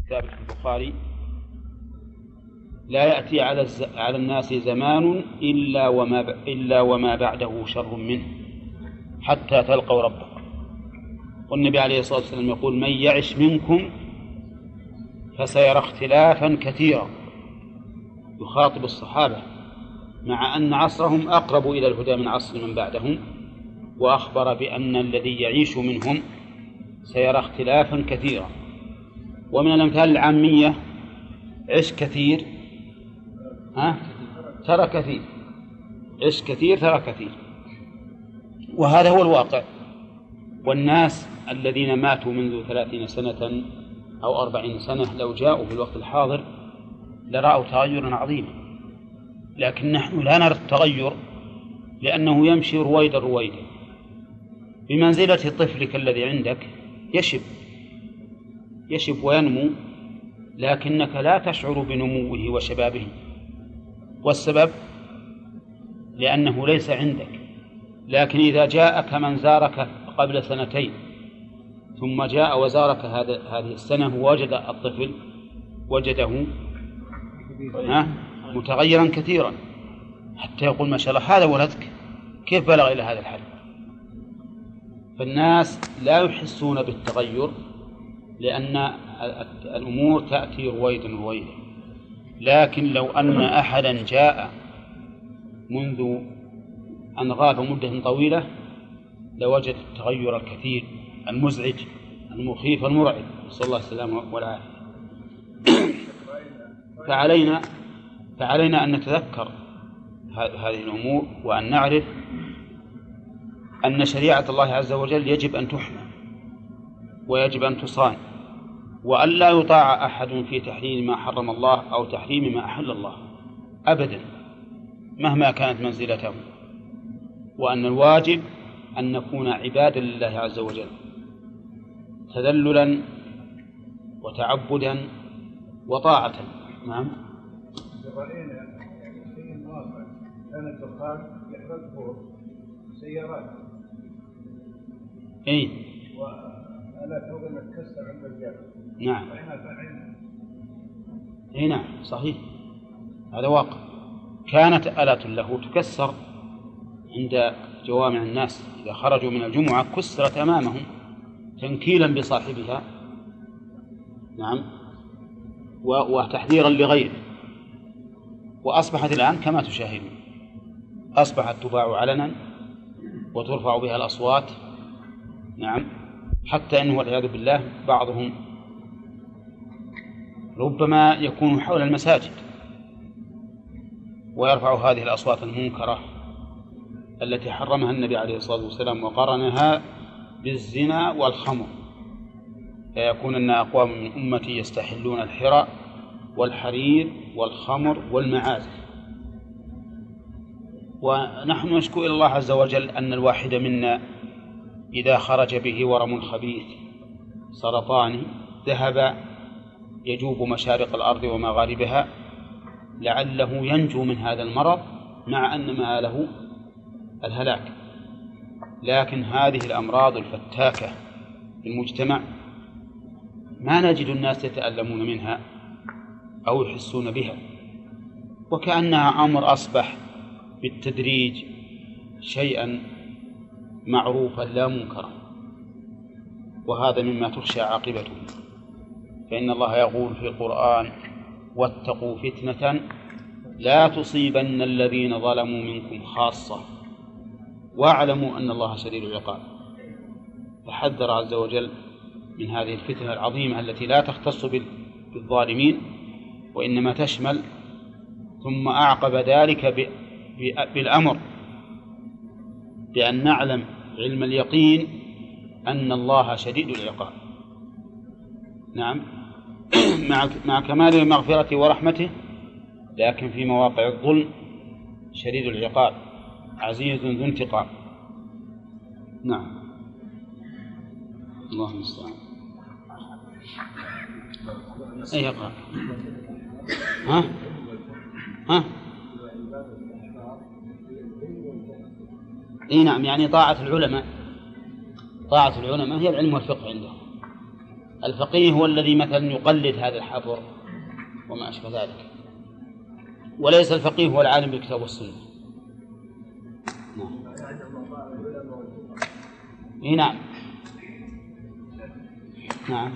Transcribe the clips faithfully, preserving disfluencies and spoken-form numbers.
ثابت في البخاري: لا يأتي على, الز... على الناس زمان إلا وما, ب... إلا وما بعده شر منه حتى تلقوا ربكم. والنبي عليه الصلاة والسلام يقول: من يعش منكم فسيرى اختلافا كثيرا، يخاطب الصحابة مع أن عصرهم أقرب إلى الهدى من عصر من بعدهم، وأخبر بأن الذي يعيش منهم سيرى اختلافا كثيرا. ومن الأمثال العامية: عش كثير ها ترى كثير، عش كثير ترى كثير. وهذا هو الواقع. والناس الذين ماتوا منذ ثلاثين سنة أو أربعين سنة لو جاءوا في الوقت الحاضر لرأوا تغيرا عظيما، لكن نحن لا نرى التغير لأنه يمشي رويدا رويدا بمنزلة طفلك الذي عندك، يشب يشب وينمو، لكنك لا تشعر بنموه وشبابه. والسبب لأنه ليس عندك. لكن إذا جاءك من زارك قبل سنتين ثم جاء وزارك هذه السنة ووجد الطفل وجده متغيرا كثيرا، حتى يقول: ما شاء الله هذا ولدك، كيف بلغ إلى هذا الحد؟ فالناس لا يحسون بالتغير لأن الأمور تأتي رويدا رويدا. لكن لو أن أحدا جاء منذ أن غاب مدة طويلة لوجد التغير الكثير المزعج المخيف المرعب، نسأل الله السلامة والعافية. فعلينا فعلينا أن نتذكر هذه الأمور، وأن نعرف أن شريعة الله عز وجل يجب أن تحمى ويجب أن تصان، وأن لا يطاع أحد في تحليل ما حرم الله أو تحريم ما أحل الله أبدا مهما كانت منزلته. وأن الواجب أن نكون عبادا لله عز وجل تذللا وتعبدا وطاعة. نعم. رأينا في المواقع كان الدخان يحرقه سيارات. إيه. وألا توقن تكسر عند الرجال. نعم. رأينا إيه نعم صحيح، هذا واقع. كانت آلات له تكسر عند جوامع الناس إذا خرجوا من الجمعة، كسرت أمامهم تنكيلا بصاحبها. نعم. وتحذيرا لغيره. وأصبحت الآن كما تشاهدون، أصبحت تباع علنا وترفع بها الأصوات. نعم. حتى أنه والعياذ بالله بعضهم ربما يكون حول المساجد ويرفع هذه الأصوات المنكرة التي حرمها النبي عليه الصلاة والسلام وقارنها بالزنا والخمر، فيكون أن أقوام من أمتي يستحلون الحرى والحرير والخمر والمعازف. ونحن نشكو إلى الله عز وجل أن الواحد منا إذا خرج به ورم خبيث سرطاني ذهب يجوب مشارق الأرض ومغاربها لعله ينجو من هذا المرض، مع أن مآله الهلاك. لكن هذه الأمراض الفتاكة في المجتمع ما نجد الناس يتألمون منها أو يحسون بها، وكأنها أمر أصبح بالتدريج شيئا معروفا لا منكرا، وهذا مما تخشى عاقبته. فإن الله يقول في القرآن: واتقوا فتنة لا تصيبن الذين ظلموا منكم خاصة واعلموا أن الله شديد العقاب. فحذر عز وجل من هذه الفتنة العظيمة التي لا تختص بالظالمين وإنما تشمل. ثم أعقب ذلك بالأمر بأن نعلم علم اليقين أن الله شديد العقاب. نعم. مع كمال مغفرته ورحمته، لكن في مواقع الظلم شديد العقاب عزيز ذو انتقام. نعم. الله المستعان. أي يقرأ؟ ها؟ ها؟ اي نعم، يعني طاعة العلماء، طاعة العلماء هي العلم والفقه عندهم. الفقيه هو الذي مثلا يقلد هذا الحبر وما أشبه ذلك، وليس الفقيه هو العالم بالكتاب والسنة. نعم. إيه نعم. نعم.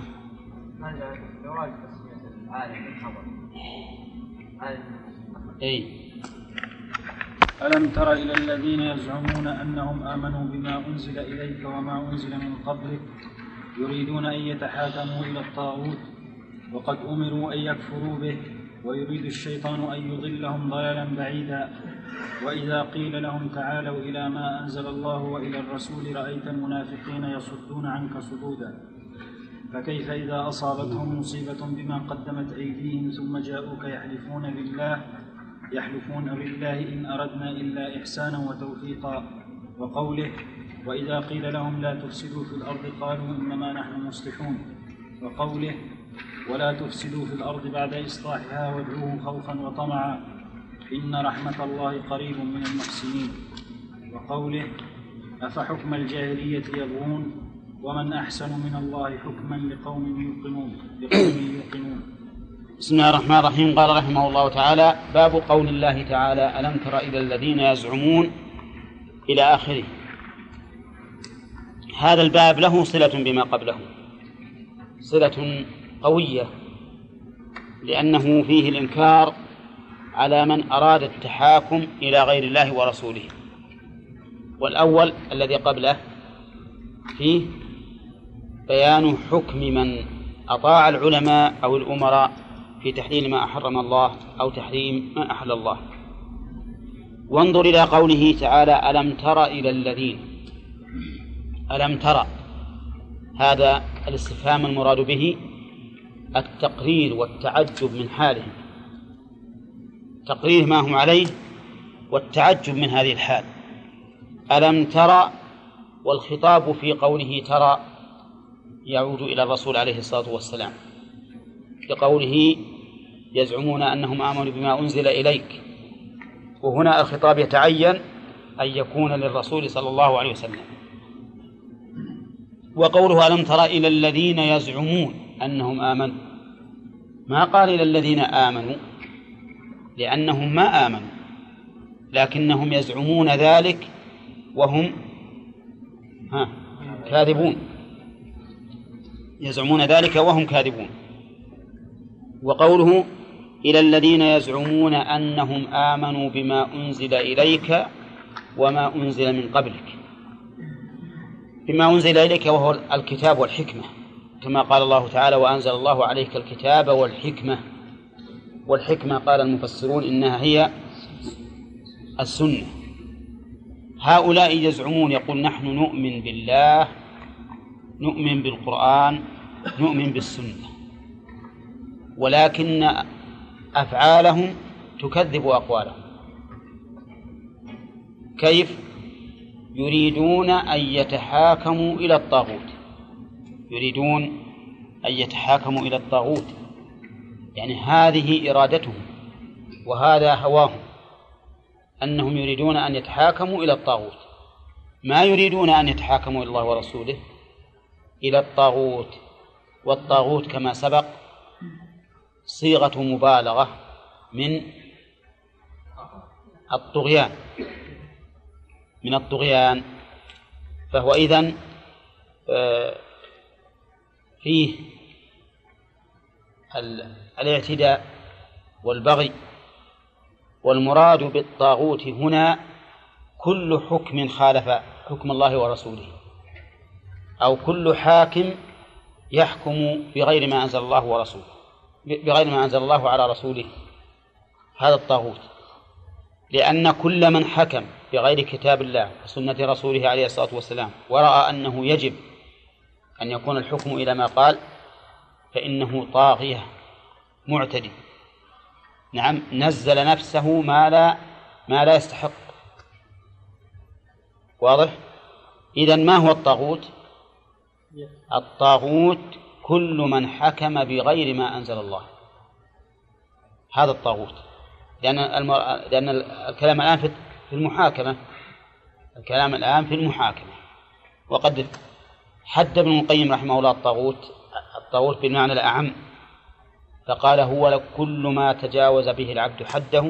أي. ألم تر إلى الذين يزعمون أنهم آمنوا بما أنزل إليك وما أنزل من قبلك يريدون أن يتحاكموا إلى الطاغوت وقد أمروا أن يكفروا به ويريد الشيطان أن يضلهم ضلالا بعيدا وإذا قيل لهم تعالوا إلى ما أنزل الله وإلى الرسول رأيت المنافقين يصدون عنك صدودا فكيف إذا أصابتهم مصيبة بما قدمت أيديهم ثم جاءوك يحلفون بالله يحلفون بالله إن أردنا إلا إحسانا وتوفيقا وقوله وإذا قيل لهم لا تفسدوا في الأرض قالوا إنما نحن مصلحون وقوله ولا تفسدوا في الأرض بعد إصلاحها وادعوه خوفا وطمعا إن رحمة الله قريب من المحسنين وقوله أفحكم الجاهلية يبغون ومن أحسن من الله حكما لقوم يوقنون لقوم يوقنون. بسم الله الرحمن الرحيم. قال رحمه الله تعالى باب قول الله تعالى ألم تر إلى الذين يزعمون إلى آخره. هذا الباب له صلة بما قبله، صلة قوية، لأنه فيه الإنكار على من أراد التحاكم إلى غير الله ورسوله. والأول الذي قبله فيه بيان حكم من أطاع العلماء أو الأمراء في تحليل ما أحرم الله أو تحريم ما أحل الله. وانظر إلى قوله تعالى ألم تر إلى الذين. ألم تر، هذا الاستفهام المراد به التقرير والتعجب من حالهم، تقرير ما هم عليه والتعجب من هذه الحال. ألم ترى، والخطاب في قوله ترى يعود إلى الرسول عليه الصلاة والسلام لقوله يزعمون أنهم آمنوا بما أنزل إليك، وهنا الخطاب يتعين أن يكون للرسول صلى الله عليه وسلم. وقوله ألم ترى إلى الذين يزعمون أنهم آمنوا، ما قال إلى الذين آمنوا لأنهم ما آمنوا، لكنهم يزعمون ذلك وهم ها كاذبون، يزعمون ذلك وهم كاذبون. وقوله إلى الذين يزعمون أنهم آمنوا بما أنزل إليك وما أنزل من قبلك، بما أنزل إليك وهو الكتاب والحكمة، كما قال الله تعالى وأنزل الله عليك الكتاب والحكمة. والحكمة قال المفسرون إنها هي السنة. هؤلاء يزعمون، يقول نحن نؤمن بالله، نؤمن بالقرآن، نؤمن بالسنة، ولكن أفعالهم تكذب أقوالهم. كيف؟ يريدون أن يتحاكموا إلى الطاغوت، يريدون أن يتحاكموا إلى الطاغوت، يعني هذه إرادتهم وهذا هواهم، أنهم يريدون أن يتحاكموا إلى الطاغوت، ما يريدون أن يتحاكموا إلى الله ورسوله، إلى الطاغوت. والطاغوت كما سبق صيغة مبالغة من الطغيان، من الطغيان، فهو إذن فيه الاعتداء والبغي. والمراد بالطاغوت هنا كل حكم خالف حكم الله ورسوله، أو كل حاكم يحكم بغير ما أنزل الله ورسوله، بغير ما أنزل الله على رسوله، هذا الطاغوت. لأن كل من حكم بغير كتاب الله وسنة رسوله عليه الصلاة والسلام ورأى أنه يجب أن يكون الحكم إلى ما قال فإنه طاغية معتدي، نعم، نزل نفسه ما لا ما لا يستحق. واضح؟ إذن ما هو الطاغوت؟ الطاغوت كل من حكم بغير ما أنزل الله، هذا الطاغوت. لأن المر... لأن الكلام الآن في المحاكمة، الكلام الآن في المحاكمة. وقد حد ابن القيم رحمه الله الطاغوت الطاغوت بالمعنى الأعم، فقال هو كل ما تجاوز به العبد حده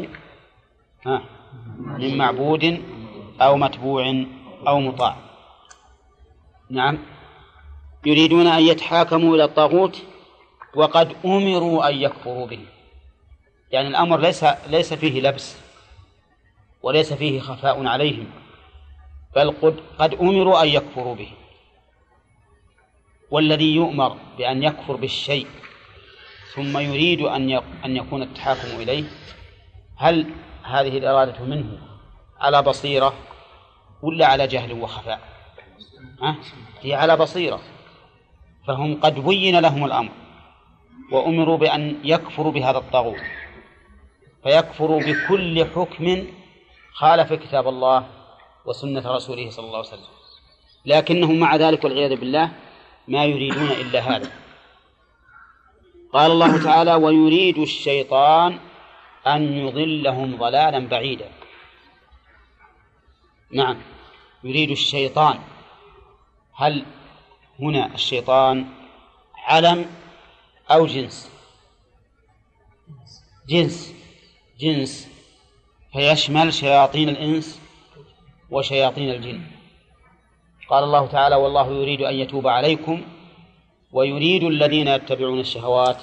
من معبود أو متبوع أو مطاع. نعم، يريدون أن يتحاكموا إلى الطاغوت وقد أمروا أن يكفروا به، يعني الأمر ليس ليس فيه لبس وليس فيه خفاء عليهم، بل قد, قد أمروا أن يكفروا به. والذي يؤمر بأن يكفر بالشيء ثم يريد أن يكون التحاكم إليه، هل هذه الإرادة منه على بصيرة ولا على جهل وخفاء؟ أه؟ هي على بصيرة، فهم قد بين لهم الأمر وأمروا بأن يكفروا بهذا الطاغوت، فيكفروا بكل حكم خالف كتاب الله وسنة رسوله صلى الله عليه وسلم، لكنهم مع ذلك والعياذ بالله ما يريدون إلا هذا. قال الله تعالى ويريد الشيطان أن يضلهم ضلالا بعيدا. نعم، يريد الشيطان، هل هنا الشيطان علم أو جنس؟ جنس جنس فيشمل شياطين الإنس وشياطين الجن. قال الله تعالى والله يريد أن يتوب عليكم ويريد الذين يتبعون الشهوات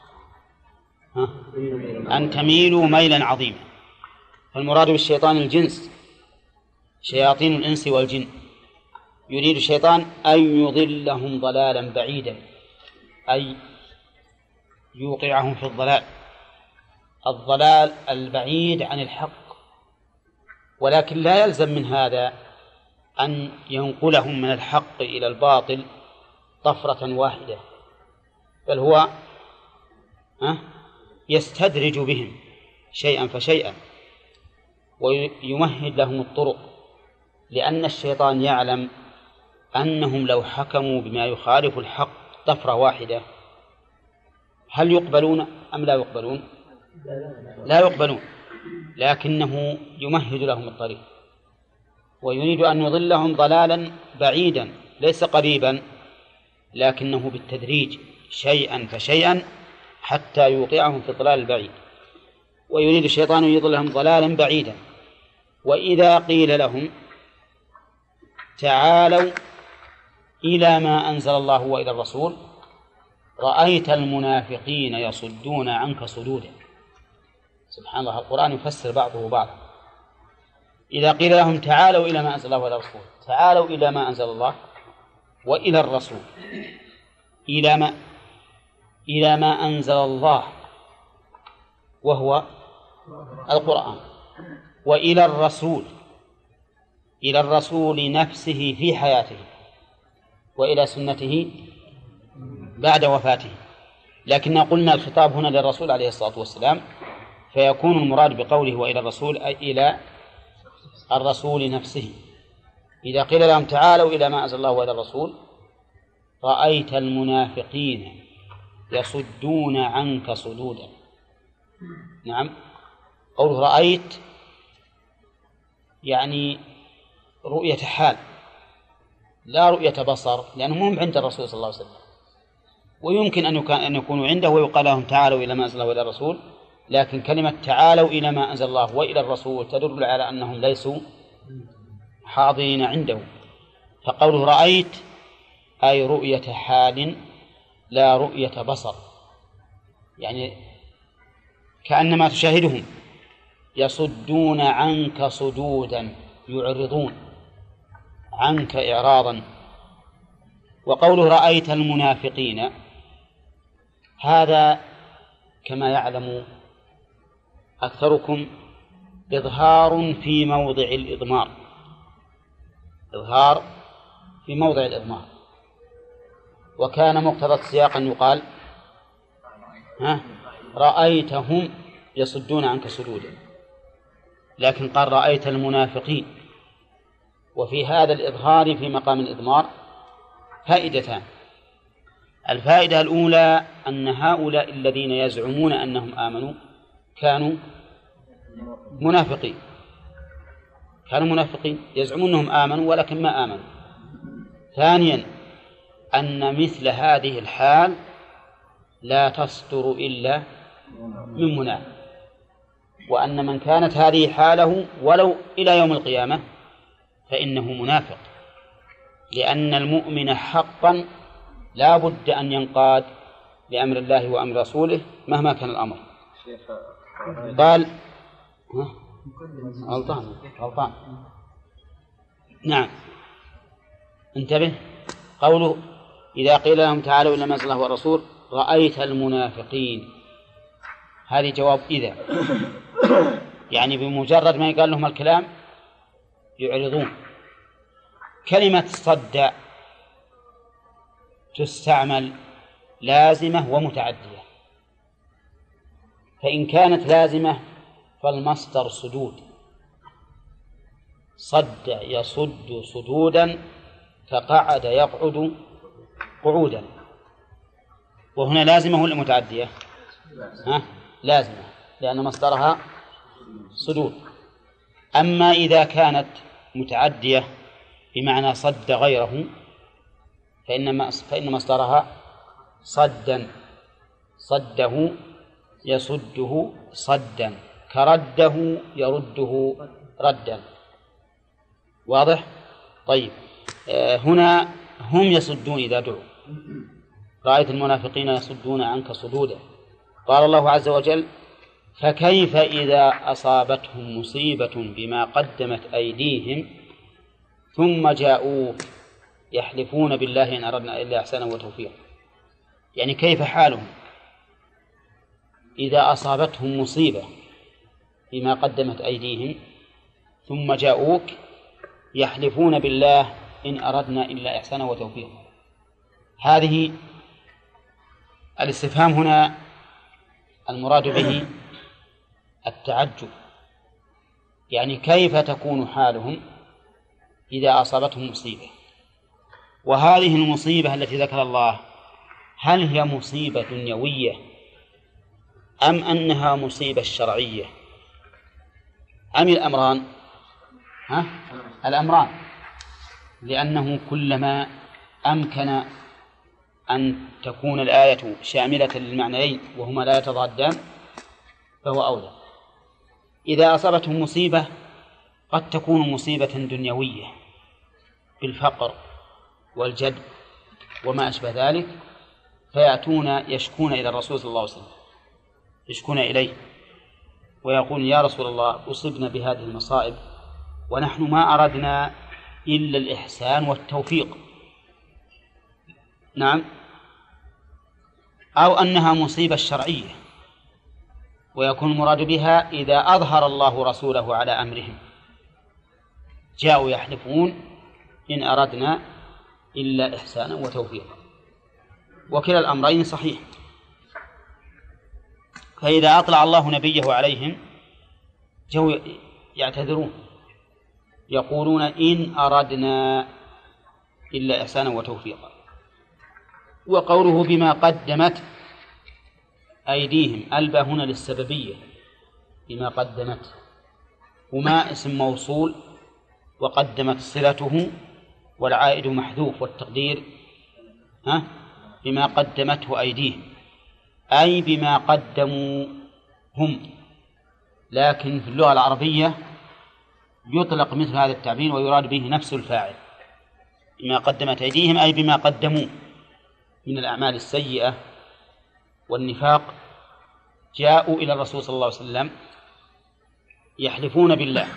أن تميلوا ميلا عظيما. فالمراد بالشيطان الجنس شياطين الإنس والجن. يريد الشيطان أن يضلهم ضلالا بعيدا، أي يوقعهم في الضلال، الضلال البعيد عن الحق، ولكن لا يلزم من هذا أن ينقلهم من الحق إلى الباطل طفرة واحدة، بل هو يستدرج بهم شيئا فشيئا ويمهد لهم الطرق، لأن الشيطان يعلم أنهم لو حكموا بما يخالف الحق طفرة واحدة هل يقبلون أم لا يقبلون؟ لا يقبلون، لكنه يمهد لهم الطريق ويريد أن يضلهم ضلالا بعيدا ليس قريبا، لكنه بالتدريج شيئا فشيئا حتى يوقعهم في الضلال البعيد. ويريد الشيطان أن يضلهم ضلالا بعيدا. وإذا قيل لهم تعالوا إلى ما أنزل الله وإلى الرسول رأيت المنافقين يصدون عنك صدودا. سبحان الله، القرآن يفسر بعضه بعضا. إذا قيل لهم تعالوا إلى ما أنزل الله وإلى الرسول، تعالوا إلى ما أنزل الله وإلى الرسول، إلى ما إلى ما أنزل الله وهو القرآن، وإلى الرسول، إلى الرسول نفسه في حياته، وإلى سنته بعد وفاته. لكن قلنا الخطاب هنا للرسول عليه الصلاة والسلام، فيكون المراد بقوله وإلى الرسول أي إلى الرسول نفسه. إذا قيل لهم تعالوا إلى ما أنزل الله وإلى الرسول رأيت المنافقين يصدون عنك صدودا. نعم، قوله رأيت يعني رؤية حال لا رؤية بصر، لأنهم هم عند الرسول صلى الله عليه وسلم، ويمكن أن يكونوا عنده ويقال لهم تعالوا إلى ما أنزل الله وإلى الرسول، لكن كلمة تعالوا إلى ما أنزل الله وإلى الرسول تدل على أنهم ليسوا حاضرين عنده. فقوله رأيت أي رؤية حال لا رؤية بصر، يعني كأنما تشاهدهم يصدون عنك صدودا، يعرضون عنك إعراضا. وقوله رأيت المنافقين هذا كما يعلم أكثركم إظهار في موضع الإضمار، إظهار في موضع الإضمار، وكان مقتضى السياق أن يقال ها رأيتهم يصدون عنك صدودا، لكن قال رأيت المنافقين. وفي هذا الإظهار في مقام الإضمار فائدتان. الفائدة الأولى أن هؤلاء الذين يزعمون أنهم آمنوا كانوا منافقين، كانوا منافقين يزعمون أنهم آمنوا ولكن ما آمنوا. ثانيا أن مثل هذه الحال لا تصدر إلا من منافق، وأن من كانت هذه حاله ولو إلى يوم القيامة فإنه منافق، لأن المؤمن حقا لا بد أن ينقاد لأمر الله وأمر رسوله مهما كان الأمر. قال غلطان غلطان نعم انتبه، قوله إذا قيل لهم تعالوا إلى ما أنزل الله والرسول رأيت المنافقين، هذه جواب إذا، يعني بمجرد ما يقال لهم الكلام يعرضون. كلمة صد تستعمل لازمة ومتعدية، فإن كانت لازمة فالمصدر صدود، صد يصد صدودا كقعد يقعد قعودا، وهنا لازمة ولا متعدية؟ ها؟ لازمة، لأن مصدرها صدود. أما إذا كانت متعدية بمعنى صد غيره فإن فإن مصدرها صدا، صده يصده صدا كرده يرده ردا. واضح؟ طيب آه هنا هم يصدون إذا دعوا، رأيت المنافقين يصدون عنك صدودا. قال الله عز وجل فكيف إذا أصابتهم مصيبة بما قدمت أيديهم ثم جاءوك يحلفون بالله إن أردنا إلا إحسانا وتوفيقا، يعني كيف حالهم إذا أصابتهم مصيبة بما قدمت أيديهم ثم جاءوك يحلفون بالله إن أردنا إلا إحسانا وتوفيقا. هذه الاستفهام هنا المراد به التعجب، يعني كيف تكون حالهم إذا أصابتهم مصيبة. وهذه المصيبة التي ذكر الله هل هي مصيبة دنيوية أم أنها مصيبة شرعية أم الأمران؟ ها؟ الأمران، لأنه كلما أمكن أن تكون الآية شاملة للمعنيين وهما لا يتضادان فهو أولى. إذا أصابتهم مصيبة قد تكون مصيبة دنيوية بالفقر والجد وما أشبه ذلك، فيأتون يشكون إلى الرسول صلى الله عليه وسلم، يشكون إليه ويقول يا رسول الله أصبنا بهذه المصائب ونحن ما أردنا إلا الإحسان والتوفيق. نعم. أو أنها مصيبة شرعية ويكون المراد بها إذا أظهر الله رسوله على أمرهم جاءوا يحلفون إن أردنا إلا إحسانا وتوفيقا، وكلا الأمرين صحيح. فإذا أطلع الله نبيه عليهم جو يعتذرون يقولون إن أردنا إلا إحسانا وتوفيقا. وقوله بما قدمت أيديهم ألبى هنا للسببية، بما قدمت، وما اسم موصول وقدمت صلته والعائد محذوف والتقدير ها بما قدمته أيديهم، أي بما قدموا هم. لكن في اللغة العربية يطلق مثل هذا التعبير ويراد به نفس الفاعل، بما قدمت أيديهم أي بما قدموا من الأعمال السيئة والنفاق. جاءوا إلى الرسول صلى الله عليه وسلم يحلفون بالله،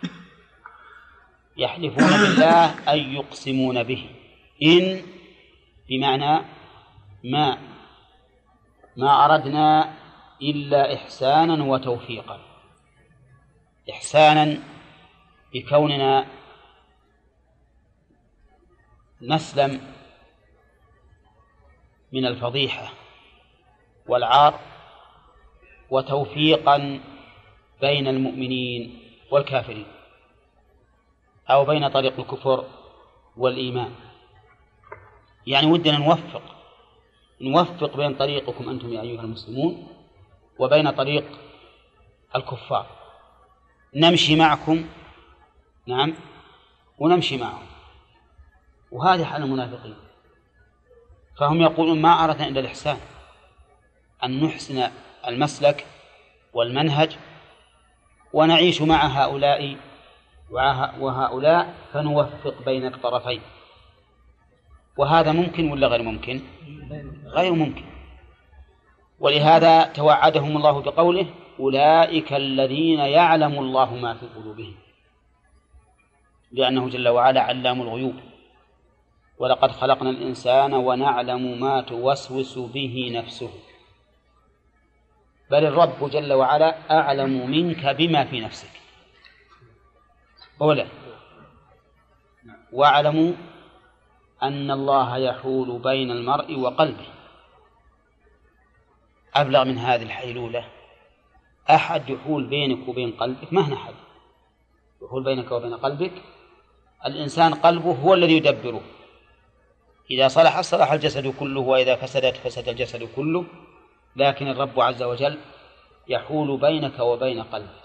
يحلفون بالله أي يقسمون به. إن بمعنى ما ما أردنا إلا إحسانا وتوفيقا، إحسانا بكوننا نسلم من الفضيحة والعار، وتوفيقا بين المؤمنين والكافرين أو بين طريق الكفر والإيمان. يعني ودنا نوفق نوفق بين طريقكم أنتم يا أيها المسلمون وبين طريق الكفار، نمشي معكم نعم ونمشي معهم. وهذه حال المنافقين، فهم يقولون ما أردنا إلا الإحسان أن نحسن المسلك والمنهج ونعيش مع هؤلاء وهؤلاء فنوفق بين الطرفين. وهذا ممكن ولا غير ممكن؟ غير ممكن. ولهذا توعدهم الله بقوله أولئك الذين يعلم الله ما في قلوبهم، لأنه جل وعلا علام الغيوب. ولقد خلقنا الإنسان ونعلم ما توسوس به نفسه، بل الرب جل وعلا أعلم منك بما في نفسك. أولا واعلموا أن الله يحول بين المرء وقلبه. أبلغ من هذه الحيلولة أحد يحول بينك وبين قلبك؟ ما هنا أحد يحول بينك وبين قلبك. الإنسان قلبه هو الذي يدبره، إذا صلح صلح الجسد كله، وإذا فسدت فسد الجسد كله. لكن الرب عز وجل يحول بينك وبين قلبك،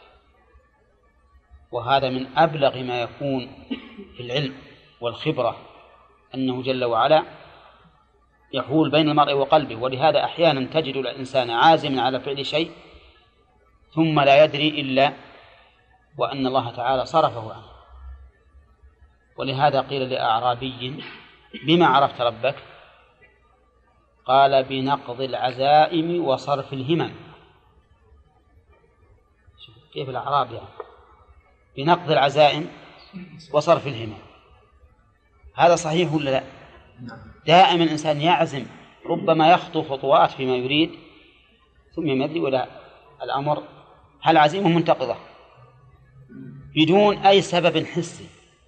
وهذا من أبلغ ما يكون في العلم والخبرة، أنه جل وعلا يحول بين المرء وقلبه. ولهذا أحيانا تجد الإنسان عازما على فعل شيء ثم لا يدري إلا وأن الله تعالى صرفه عنه. ولهذا قيل لأعرابي بما عرفت ربك؟ قال بنقض العزائم وصرف الهمم. كيف الأعراب يعني؟ بنقض العزائم وصرف الهمم. هذا صحيح ولا لا؟ دائما الإنسان يعزم، ربما يخطو خطوات فيما يريد ثم يمضي ولا الأمر هل عزيمه منتقضة بدون أي سبب حسي.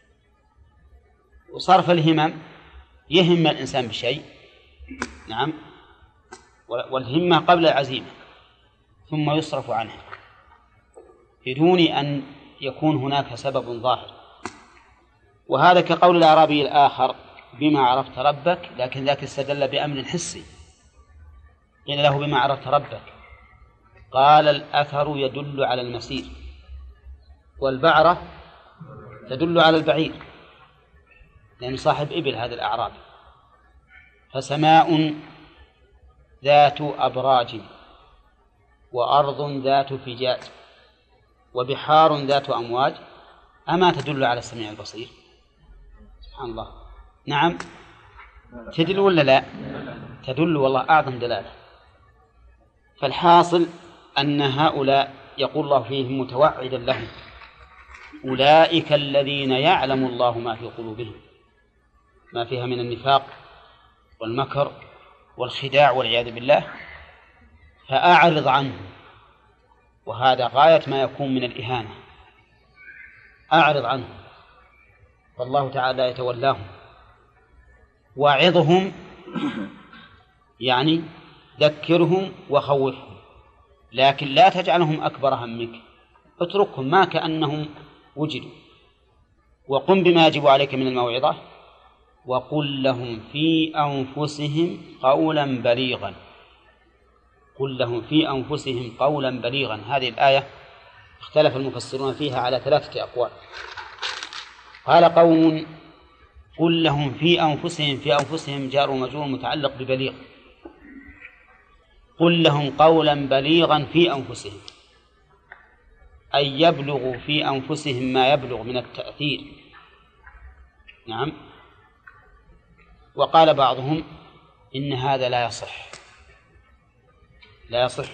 وصرف الهمم يهم الإنسان بشيء، نعم، والهمة قبل العزيمة ثم يصرف عنها بدون أن يكون هناك سبب ظاهر. وهذا كقول الأعرابي الآخر بما عرفت ربك، لكن ذاك استدل بأمر حسي. قيل له بما عرفت ربك؟ قال الأثر يدل على المسير، والبعرة تدل على البعير، لأن صاحب إبل هذا الأعرابي. فسماء ذات أبراج، وأرض ذات فجاج، وبحار ذات أمواج، أما تدل على السميع البصير؟ سبحان الله. نعم تدل ولا لا؟ تدل، والله أعظم دلالة. فالحاصل أن هؤلاء يقول الله فيهم متوعدا لهم أولئك الذين يعلم الله ما في قلوبهم، ما فيها من النفاق والمكر والخداع والعياذ بالله، فأعرض عنه. وهذا غاية ما يكون من الإهانة، أعرض عنه، فالله تعالى يتولاهم. واعظهم يعني ذكرهم وخوفهم، لكن لا تجعلهم أكبر همك، اتركهم ما كأنهم وجدوا. وقم بما يجب عليك من الموعظة، وقل لهم في أنفسهم قولا بليغا. قل لهم في أنفسهم قولا بليغا. هذه الآية اختلف المفسرون فيها على ثلاثة أقوال. قال قوم قل لهم في أنفسهم، في أنفسهم جار ومجرور متعلق ببليغ. قل لهم قولا بليغا في أنفسهم، أي يبلغ في أنفسهم ما يبلغ من التأثير. نعم. وقال بعضهم إن هذا لا يصح، لا يصح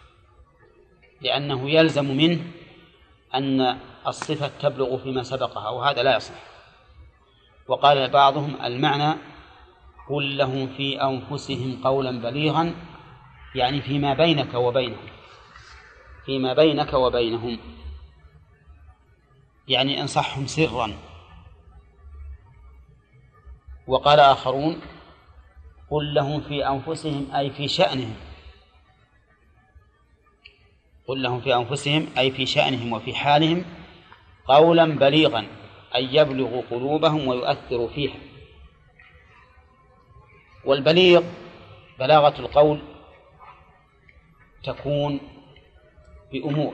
لأنه يلزم منه أن الصفة تبلغ فيما سبقها، وهذا لا يصح. وقال بعضهم المعنى قل لهم في أنفسهم قولا بليغا، يعني فيما بينك وبينهم، فيما بينك وبينهم، يعني انصحهم سرا. وقال آخرون قل لهم في أنفسهم أي في شأنهم، قل لهم في أنفسهم أي في شأنهم وفي حالهم قولا بليغا، أي يبلغ قلوبهم ويؤثر فيها. والبليغ بلاغة القول تكون بأمور،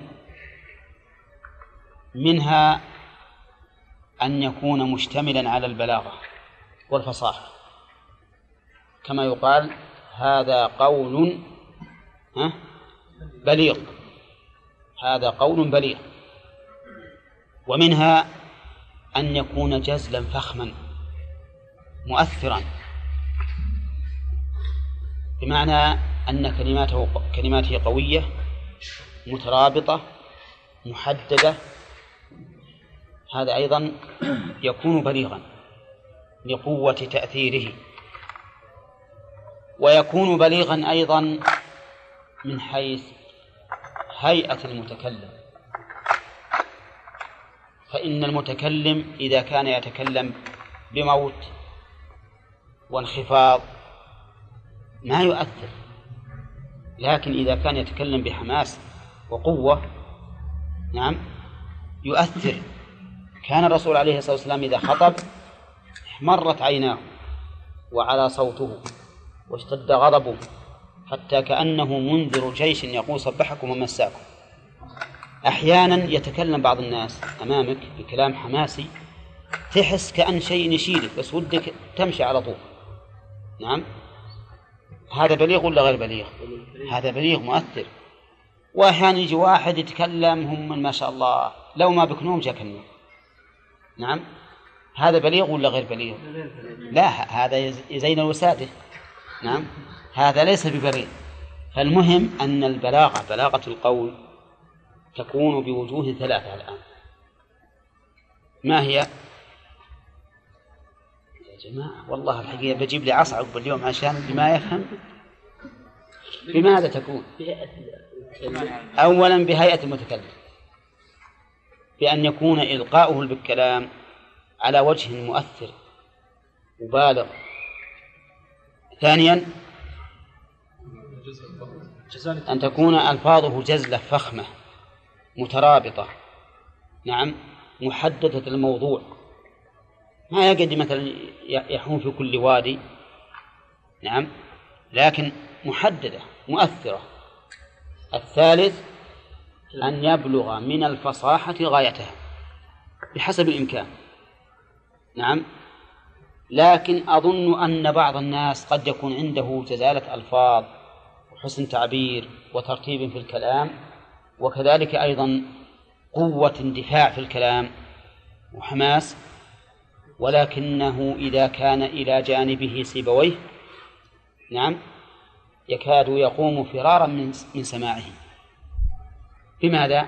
منها أن يكون مشتملا على البلاغة والفصاحة، كما يقال هذا قول ها؟ بليغ، هذا قول بليغ. ومنها أن يكون جزلا فخما مؤثرا، بمعنى أن كلماته كلماته قوية مترابطة محددة، هذا أيضا يكون بليغا لقوة تأثيره. ويكون بليغا أيضا من حيث هيئة المتكلم، فإن المتكلم إذا كان يتكلم بموت وانخفاض ما يؤثر، لكن إذا كان يتكلم بحماس وقوة نعم يؤثر. كان الرسول عليه الصلاة والسلام إذا خطب احمرت عيناه وعلى صوته واشتد غضبه، حتى كأنه منذر جيش يقول صبحكم ومساكم. أحيانا يتكلم بعض الناس أمامك بكلام حماسي تحس كأن شيء يشيلك بس ودك تمشي على طول. نعم، هذا بليغ ولا غير بليغ؟ هذا بليغ مؤثر. وأحيانا يجي واحد يتكلم هم من ما شاء الله لو ما بكنوم جاك النوم. نعم، هذا بليغ ولا غير بليغ؟ لا، هذا يزين الوسادة. نعم، هذا ليس ببليغ. فالمهم أن البلاغة بلاغة القول تكون بوجوه ثلاثة الآن. ما هي؟ يا جماعة والله الحقيقة بجيب لي عصا عقب اليوم عشان اللي ما يفهم. بماذا تكون؟ أولا بهيئة المتكلم، بأن يكون إلقاؤه بالكلام على وجه مؤثر مبالغ. ثانيا أن تكون ألفاظه جزلة فخمة مترابطة، نعم، محددة الموضوع، ما يقعد مثلا يحوم في كل وادي، نعم، لكن محددة مؤثرة. الثالث أن يبلغ من الفصاحة غايتها بحسب الإمكان. نعم، لكن أظن أن بعض الناس قد يكون عنده جزالة ألفاظ وحسن تعبير وترتيب في الكلام، وكذلك أيضا قوة اندفاع في الكلام وحماس، ولكنه إذا كان إلى جانبه سيبويه نعم يكاد يقوم فرارا من من سماعه. بماذا؟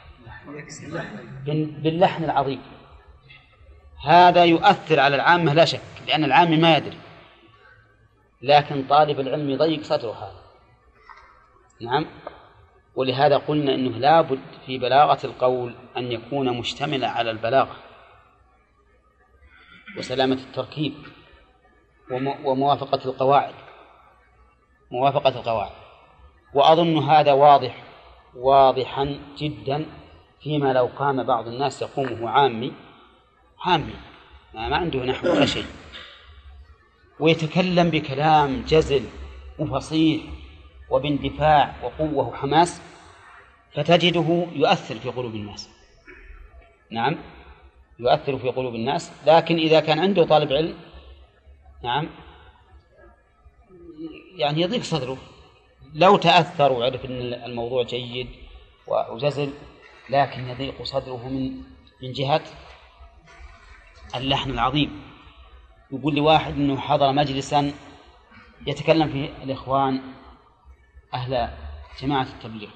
باللحن العظيم. هذا يؤثر على العامة لا شك، لأن العام ما يدري، لكن طالب العلم يضيق صدره هذا. نعم، ولهذا قلنا إنه لابد في بلاغة القول أن يكون مشتملا على البلاغة وسلامة التركيب وموافقة القواعد موافقة القواعد. وأظن هذا واضح واضحا جدا فيما لو قام بعض الناس يقومه عامي عامي ما عنده نحو ولا شيء ويتكلم بكلام جزل وفصيح وباندفاع وقوة وحماس، فتجده يؤثر في قلوب الناس. نعم، يؤثر في قلوب الناس. لكن إذا كان عنده طالب علم نعم يعني يضيق صدره لو تأثر وعرف أن الموضوع جيد وجزل، لكن يضيق صدره من من جهة اللحن العظيم. يقول لي واحد أنه حضر مجلسا يتكلم فيه الإخوان أهل جماعة التبليغ،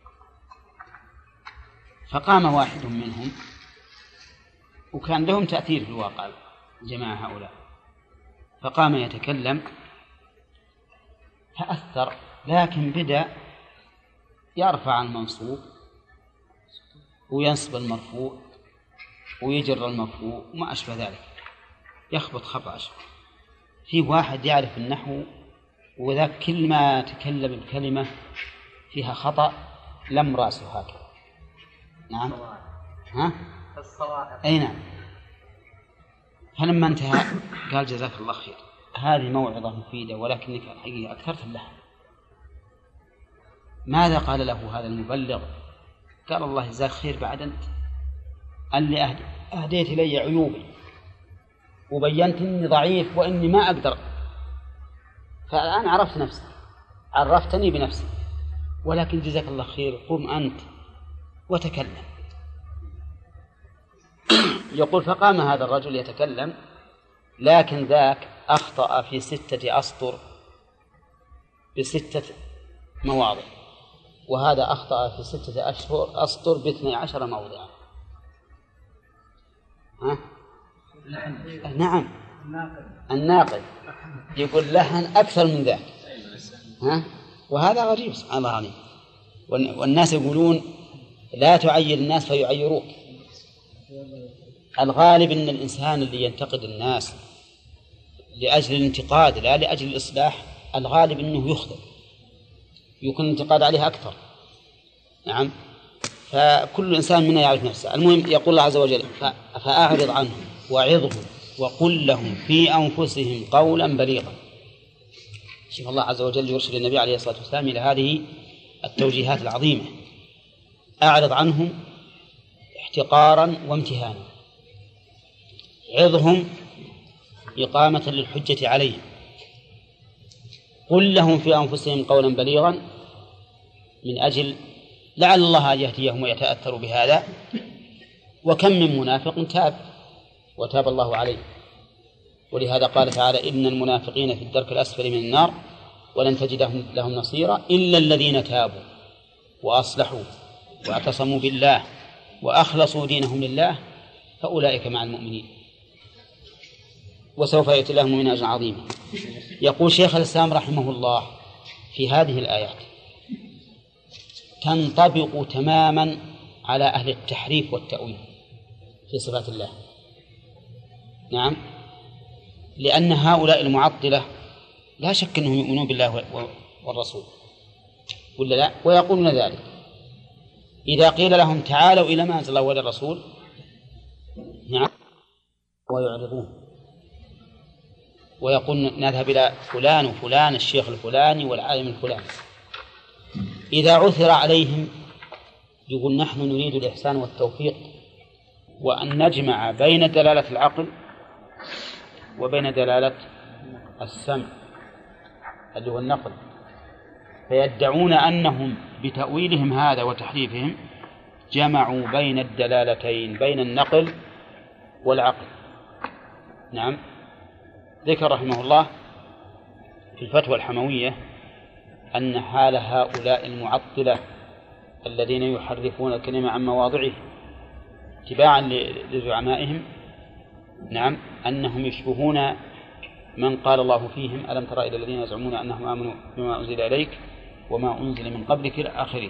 فقام واحد منهم وكان لهم تأثير في الواقع الجماعة هؤلاء، فقام يتكلم تأثر، لكن بدأ يرفع المنصوب وينصب المرفوع ويجر المرفوع وما أشبه ذلك، يخبط خبط أشبه. في واحد يعرف النحو وذاك كل ما تكلم بكلمة فيها خطأ لم رأسه هكذا. نعم، ها؟ أي نعم. فلما انتهى قال جزاك الله خير، هذه موعظة مفيدة ولكنك الحقيقة أكثرت اللحن. ماذا قال له هذا المبلغ؟ قال الله جزاك خير بعد أنت اللي أهديت إلي عيوبي وبينت إني ضعيف وإني ما أقدر، فالآن عرفت نفسي، عرفتني بنفسي. ولكن جزاك الله خير قم أنت وتكلم. يقول فقام هذا الرجل يتكلم، لكن ذاك أخطأ في ستة أسطر بستة مواضع، وهذا أخطأ في ستة أشهر أسطر باثني عشر موضعا. ها؟ نعم الناقل يقول لحن أكثر من ذاك. ها؟ وهذا غريب سبحان الله عليه. والناس يقولون لا تعير الناس فيعيروك. الغالب أن الإنسان اللي ينتقد الناس لأجل الانتقاد لا لأجل الإصلاح الغالب أنه يخطئ، يكون الانتقاد عليه أكثر. نعم، فكل إنسان منا يعرف نفسه. المهم يقول الله عز وجل فأعرض عنهم وعظهم وقل لهم في أنفسهم قولا بليغا. شوف الله عز وجل يرشد النبي عليه الصلاة والسلام إلى هذه التوجيهات العظيمة. أعرض عنهم احتقارا وامتهانا، عظهم إقامة للحجة عليهم، قل لهم في أنفسهم قولا بليغا من أجل لعل الله يهديهم ويتأثروا بهذا. وكم من منافق تاب وتاب الله عليه، ولهذا قال تعالى إن المنافقين في الدرك الأسفل من النار ولن تجد لهم نصيرا إلا الذين تابوا وأصلحوا واعتصموا بالله وأخلصوا دينهم لله فأولئك مع المؤمنين وسوف يأتي لهم من أجر عظيم. يقول شيخ الإسلام رحمه الله في هذه الآيات تنطبق تماما على أهل التحريف والتأويل في صفات الله. نعم، لأن هؤلاء المعطلة لا شك أنهم يؤمنون بالله والرسول ولا لا، ويقولون ذلك. إذا قيل لهم تعالوا إلى ما أنزل الله وإلى الرسول نعم ويعرضون ويقول نذهب إلى فلان وفلان الشيخ الفلاني والعالم الفلاني. إذا عثر عليهم يقول نحن نريد الإحسان والتوفيق وأن نجمع بين دلالة العقل وبين دلالة السمع اللي هو النقل، فيدعون أنهم بتأويلهم هذا وتحريفهم جمعوا بين الدلالتين بين النقل والعقل. نعم، ذكر رحمه الله في الفتوى الحموية أن حال هؤلاء المعطلة الذين يحرفون الكلمة عن مواضعه اتباعا لزعمائهم نعم أنهم يشبهون من قال الله فيهم ألم تر إلى الذين يزعمون أنهم آمنوا بما أنزل إليك وما أنزل من قبلك إلى آخره.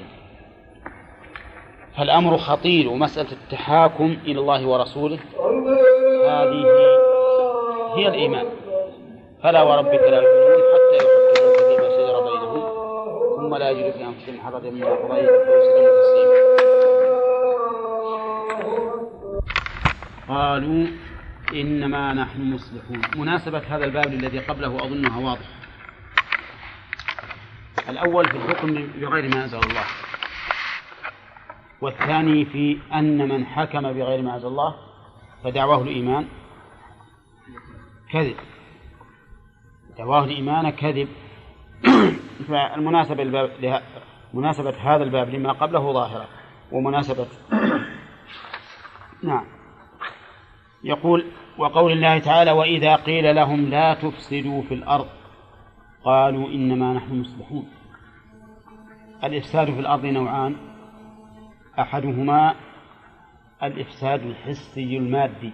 فالأمر خطير، ومسألة التحاكم إلى الله ورسوله هذه هي الإيمان. فلا وربك لا يؤمنون حتى يحكموك فيما شجر بينهم ثم لا يجدوا في أنفسهم حرجا مما قضيت ويسلموا تسليما. قالوا إنما نحن مصلحون. مناسبة هذا الباب الذي قبله أظنها واضح. الأول في الحكم بغير ما أنزل الله، والثاني في أن من حكم بغير ما أنزل الله فدعواه الإيمان كذب، دعواه الإيمان كذب. فالمناسبة الباب مناسبة هذا الباب لما قبله ظاهرة، ومناسبة نعم. يقول وقول الله تعالى وإذا قيل لهم لا تفسدوا في الأرض قالوا إنما نحن مصلحون. الإفساد في الأرض نوعان، أحدهما الإفساد الحسي المادي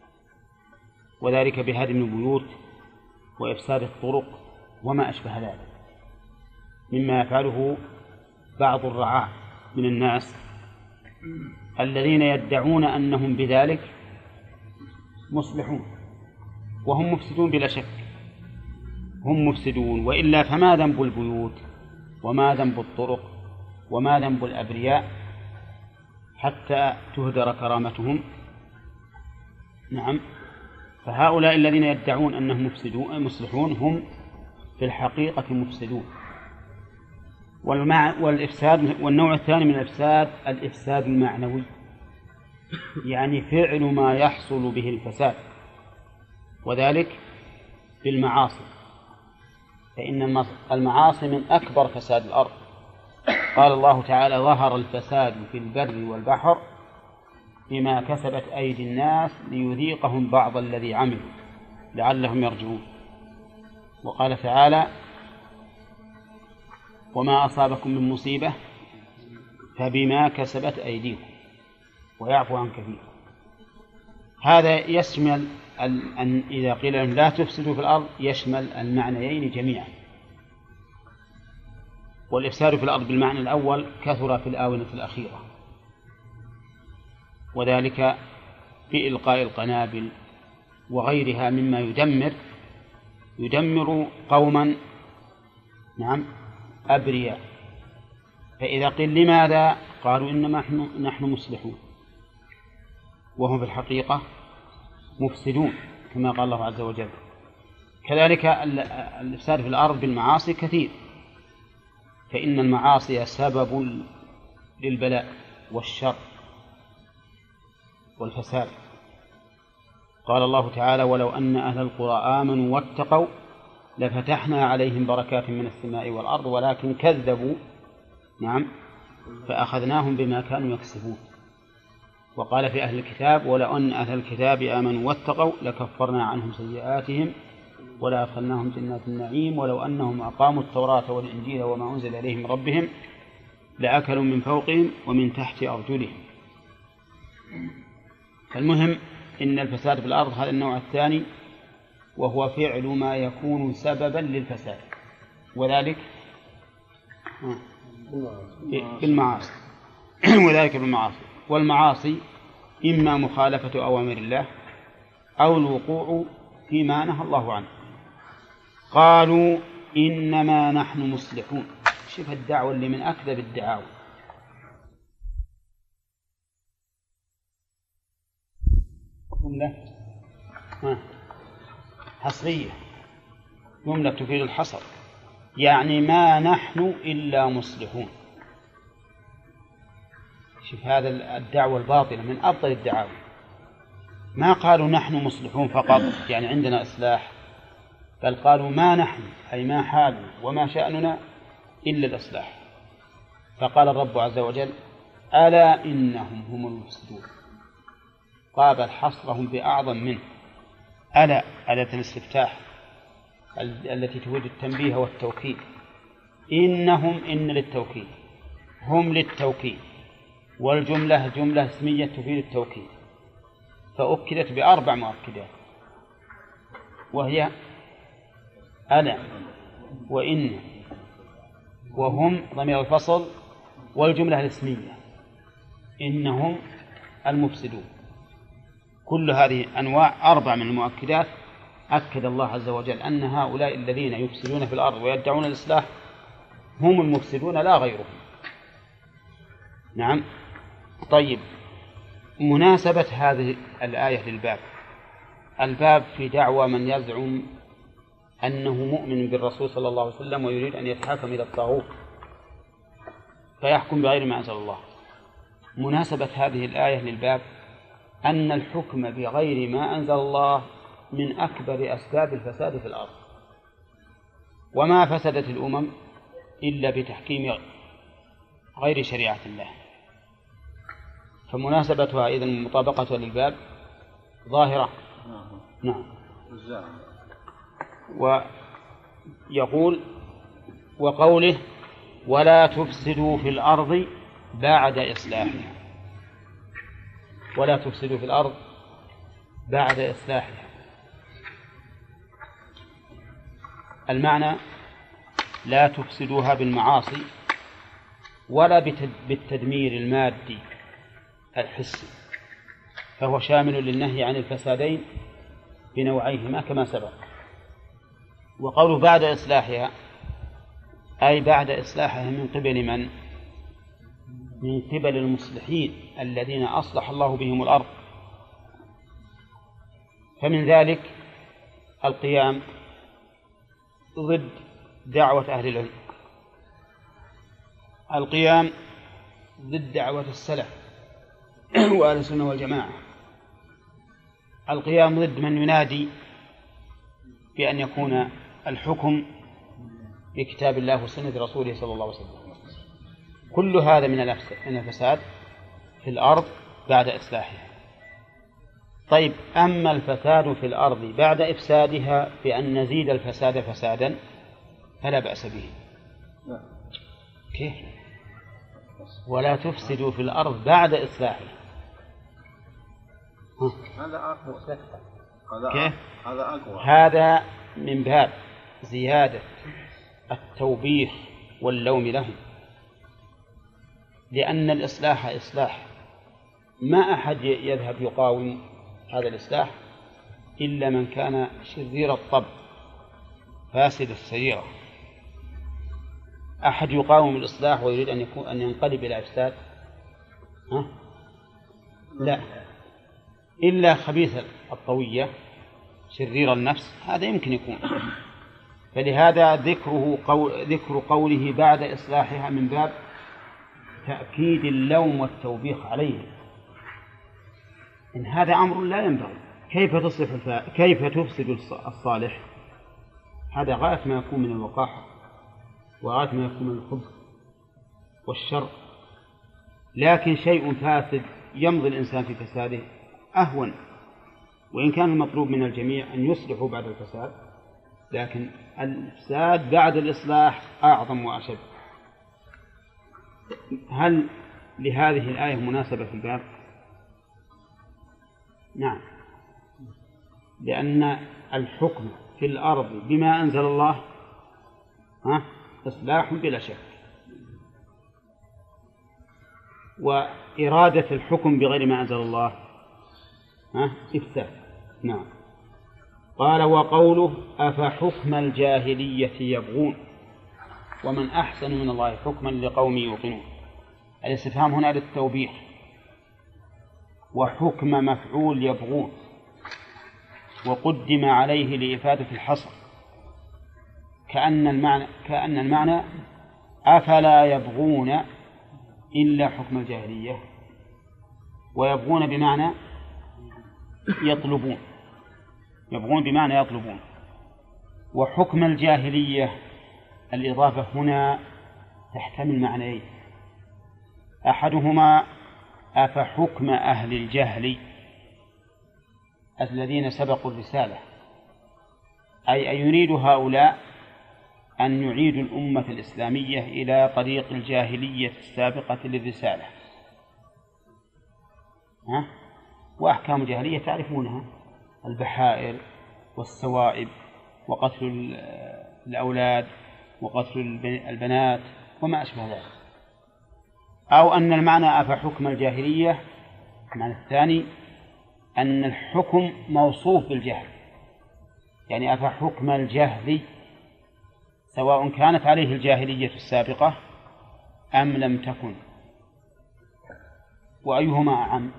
وذلك بهدم البيوت وإفساد الطرق وما أشبه ذلك مما يفعله بعض الرعاة من الناس الذين يدعون أنهم بذلك مصلحون وهم مفسدون بلا شك، هم مفسدون. وإلا فما ذنب البيوت وما ذنب الطرق وما ذنب الأبرياء حتى تهدر كرامتهم؟ نعم، فهؤلاء الذين يدعون أنهم مفسدون مصلحون هم في الحقيقة مفسدون. والإفساد والنوع الثاني من الإفساد الإفساد المعنوي، يعني فعل ما يحصل به الفساد، وذلك بالمعاصي، فإن المعاصي من أكبر فساد الأرض قال الله تعالى: ظهر الفساد في البر والبحر بما كسبت أيدي الناس ليذيقهم بعض الذي عملوا لعلهم يرجعون. وقال تعالى: وما أصابكم من مصيبة فبما كسبت أيديكم ويعفو عن كثير. هذا يشمل أن إذا قيل لهم لا تفسدوا في الأرض يشمل المعنيين جميعا. والإفساد في الأرض بالمعنى الأول كثر في الآونة الأخيرة، وذلك بإلقاء القنابل وغيرها مما يدمر يدمر قوما نعم أبرياء. فإذا قيل لماذا؟ قالوا إنما نحن, نحن مصلحون، وهم في الحقيقة مفسدون كما قال الله عز وجل. كذلك الإفساد في الأرض بالمعاصي كثير، فإن المعاصي سبب للبلاء والشر والفساد. قال الله تعالى: ولو أن أهل القرى آمنوا واتقوا لفتحنا عليهم بركات من السماء والأرض ولكن كذبوا نعم فأخذناهم بما كانوا يكسبون. وقال في أهل الكتاب: ولو أن أهل الكتاب آمنوا واتقوا لكفرنا عنهم سيئاتهم ولا أدخلناهم جنات النعيم ولو أنهم أقاموا التوراة والإنجيل وما أنزل إليهم من ربهم لأكلوا من فوقهم ومن تحت أرجلهم. المهم إن الفساد في الأرض هذا النوع الثاني، وهو فعل ما يكون سببا للفساد، وذلك بالمعاصي وذلك بالمعاصي. والمعاصي إما مخالفة أوامر الله أو الوقوع فيما نهى الله عنه. قالوا إنما نحن مصلحون. شوف الدعوة اللي من أكذب الدعاوى. جملة حصرية، جملة تفيد الحصر، يعني ما نحن إلا مصلحون. شوف هذا الدعوة الباطلة من أبطل الدعاوى. ما قالوا نحن مصلحون فقط يعني عندنا إصلاح، بل قالوا ما نحن أي ما حالنا وما شأننا إلا الإصلاح. فقال الرب عز وجل: ألا إنهم هم المفسدون. قابل حصرهم بأعظم منه. ألا أداة الاستفتاح التي تفيد التنبيه والتوكيد. إنهم إن للتوكيد، هم للتوكيد، والجملة جملة اسمية تفيد التوكيد، فأكدت بأربع مؤكدات، وهي ألا وإن وهم ضمير الفصل والجملة الاسمية إنهم المفسدون. كل هذه أنواع أربع من المؤكدات أكد الله عز وجل أن هؤلاء الذين يفسدون في الأرض ويدعون الإصلاح هم المفسدون لا غيرهم. نعم. طيب، مناسبة هذه الآية للباب، الباب في دعوى من يزعم أنه مؤمن بالرسول صلى الله عليه وسلم ويريد أن يتحاكم إلى الطاغوت فيحكم بغير ما أنزل الله. مناسبة هذه الآية للباب أن الحكم بغير ما أنزل الله من أكبر أسباب الفساد في الأرض، وما فسدت الأمم إلا بتحكيم غير شريعة الله. فمناسبتها إذن مطابقتها للباب ظاهرة. نعم. ويقول: وقوله ولا تفسدوا في الأرض بعد إصلاحها. ولا تفسدوا في الأرض بعد إصلاحها، المعنى لا تفسدوها بالمعاصي ولا بالتدمير المادي الحسي، فهو شامل للنهي عن الفسادين بنوعيهما كما سبق. وقوله بعد إصلاحها أي بعد إصلاحها من قبل من؟ من قبل المصلحين الذين أصلح الله بهم الأرض. فمن ذلك القيام ضد دعوة أهل العلم، القيام ضد دعوة السلف وأهل السنة والجماعة، القيام ضد من ينادي بأن يكون الحكم بكتاب الله وسنة رسوله صلى الله عليه وسلم، كل هذا من الفساد في الأرض بعد إصلاحها. طيب، أما الفساد في الأرض بعد إفسادها بأن نزيد الفساد فسادا فلا بأس به. كيف؟ ولا تفسدوا في الأرض بعد إصلاحها. هذا أقوى. كيف؟ هذا أقوى. هذا من باب زيادة التوبيخ واللوم لهم، لأن الإصلاح إصلاح، ما أحد يذهب يقاوم هذا الإصلاح إلا من كان شرير الطبع فاسد السريرة. أحد يقاوم الإصلاح ويريد أن يكون أن ينقلب إلى إفساد؟ ها؟ لا، إلا خبيث الطوية شرير النفس، هذا يمكن يكون. فلهذا ذكره قول ذكر قوله بعد إصلاحها من باب تأكيد اللوم والتوبيخ عليه. إن هذا أمر لا ينبغي. كيف تصلح الفا... كيف تفسد الصالح؟ هذا غاية ما يكون من الوقاحة وغاية ما يكون من الخبث والشر. لكن شيء فاسد يمضي الإنسان في فساده أهون، وإن كان المطلوب من الجميع أن يصلحوا بعد الفساد، لكن الفساد بعد الإصلاح أعظم وأشد. هل لهذه الآية مناسبة في الباب؟ نعم، لأن الحكم في الأرض بما أنزل الله ها إصلاح بلا شك، وإرادة الحكم بغير ما أنزل الله ها إفساد. نعم. قال: وقوله أفحكم الجاهلية يبغون ومن أحسن من الله حكما لقوم يوقنون. الاستفهام هنا للتوبيخ، وحكم مفعول يبغون، وقدم عليه لإفادة الحصر، كأن المعنى كأن المعنى أفلا يبغون إلا حكم الجاهلية، ويبغون بمعنى يطلبون، يبغون بمعنى يطلبون. وحكم الجاهلية الإضافة هنا تحتمل معنيين: أحدهما أفحكم أهل الجهل الذين سبقوا الرسالة، أي أن يريد هؤلاء أن يعيدوا الأمة الإسلامية إلى طريق الجاهلية السابقة للرسالة. ها؟ وأحكام الجاهلية تعرفونها: البحائر والسوائب وقتل الأولاد وقتل البنات وما أشبه ذلك. أو أن المعنى أفحكم الجاهلية المعنى الثاني أن الحكم موصوف بالجهل، يعني أفحكم الجهل سواء كانت عليه الجاهلية السابقة أم لم تكن، وأيهما أعم؟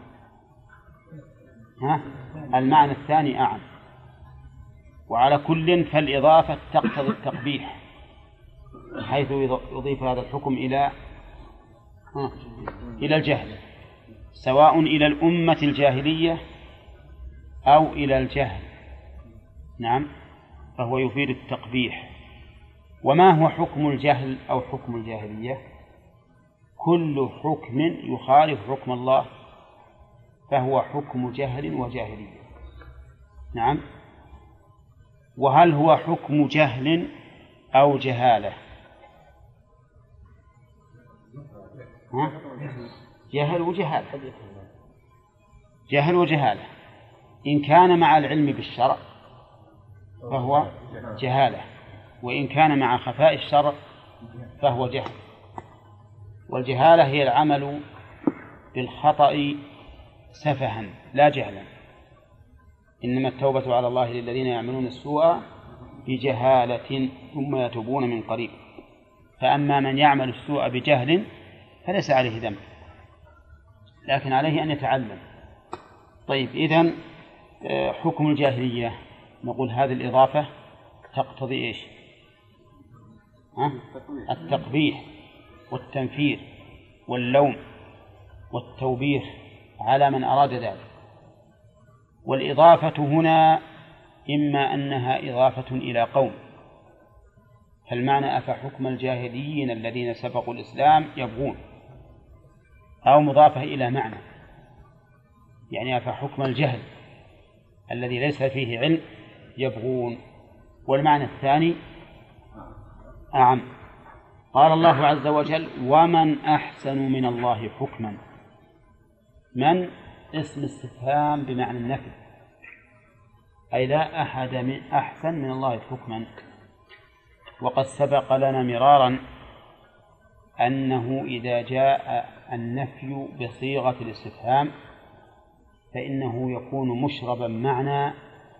ها؟ المعنى الثاني أعم. وعلى كل فالإضافة تقتضي التقبيح، حيث يضيف هذا الحكم إلى ها إلى الجهل، سواء إلى الأمة الجاهلية أو إلى الجهل. نعم، فهو يفيد التقبيح. وما هو حكم الجهل أو حكم الجاهلية؟ كل حكم يخالف حكم الله فهو حكم جهل وجاهلية. نعم. وهل هو حكم جهل أو جهالة؟ ها؟ جهل وجهالة، جهل وجهالة. إن كان مع العلم بالشرع فهو جهالة، وإن كان مع خفاء الشرع فهو جهل. والجهالة هي العمل بالخطأ سفها لا جهلا، إنما التوبة على الله للذين يعملون السوء بجهالة ثم يتوبون من قريب. فأما من يعمل السوء بجهل فليس عليه ذنب، لكن عليه أن يتعلم. طيب، إذن حكم الجاهلية نقول هذه الإضافة تقتضي إيش؟ ها؟ التقبيح والتنفير واللوم والتوبيخ على من أراد ذلك. والإضافة هنا إما أنها إضافة إلى قوم فالمعنى أفحكم الجاهليين الذين سبقوا الإسلام يبغون، أو مضافة إلى معنى، يعني أفحكم الجهل الذي ليس فيه علم يبغون. والمعنى الثاني أعم. قال الله عز وجل ومن أحسن من الله حكما. من اسم استفهام بمعنى النفي، أي لا أحد من أحسن من الله حكما. وقد سبق لنا مرارا أنه إذا جاء النفي بصيغة الاستفهام فإنه يكون مشربا معنى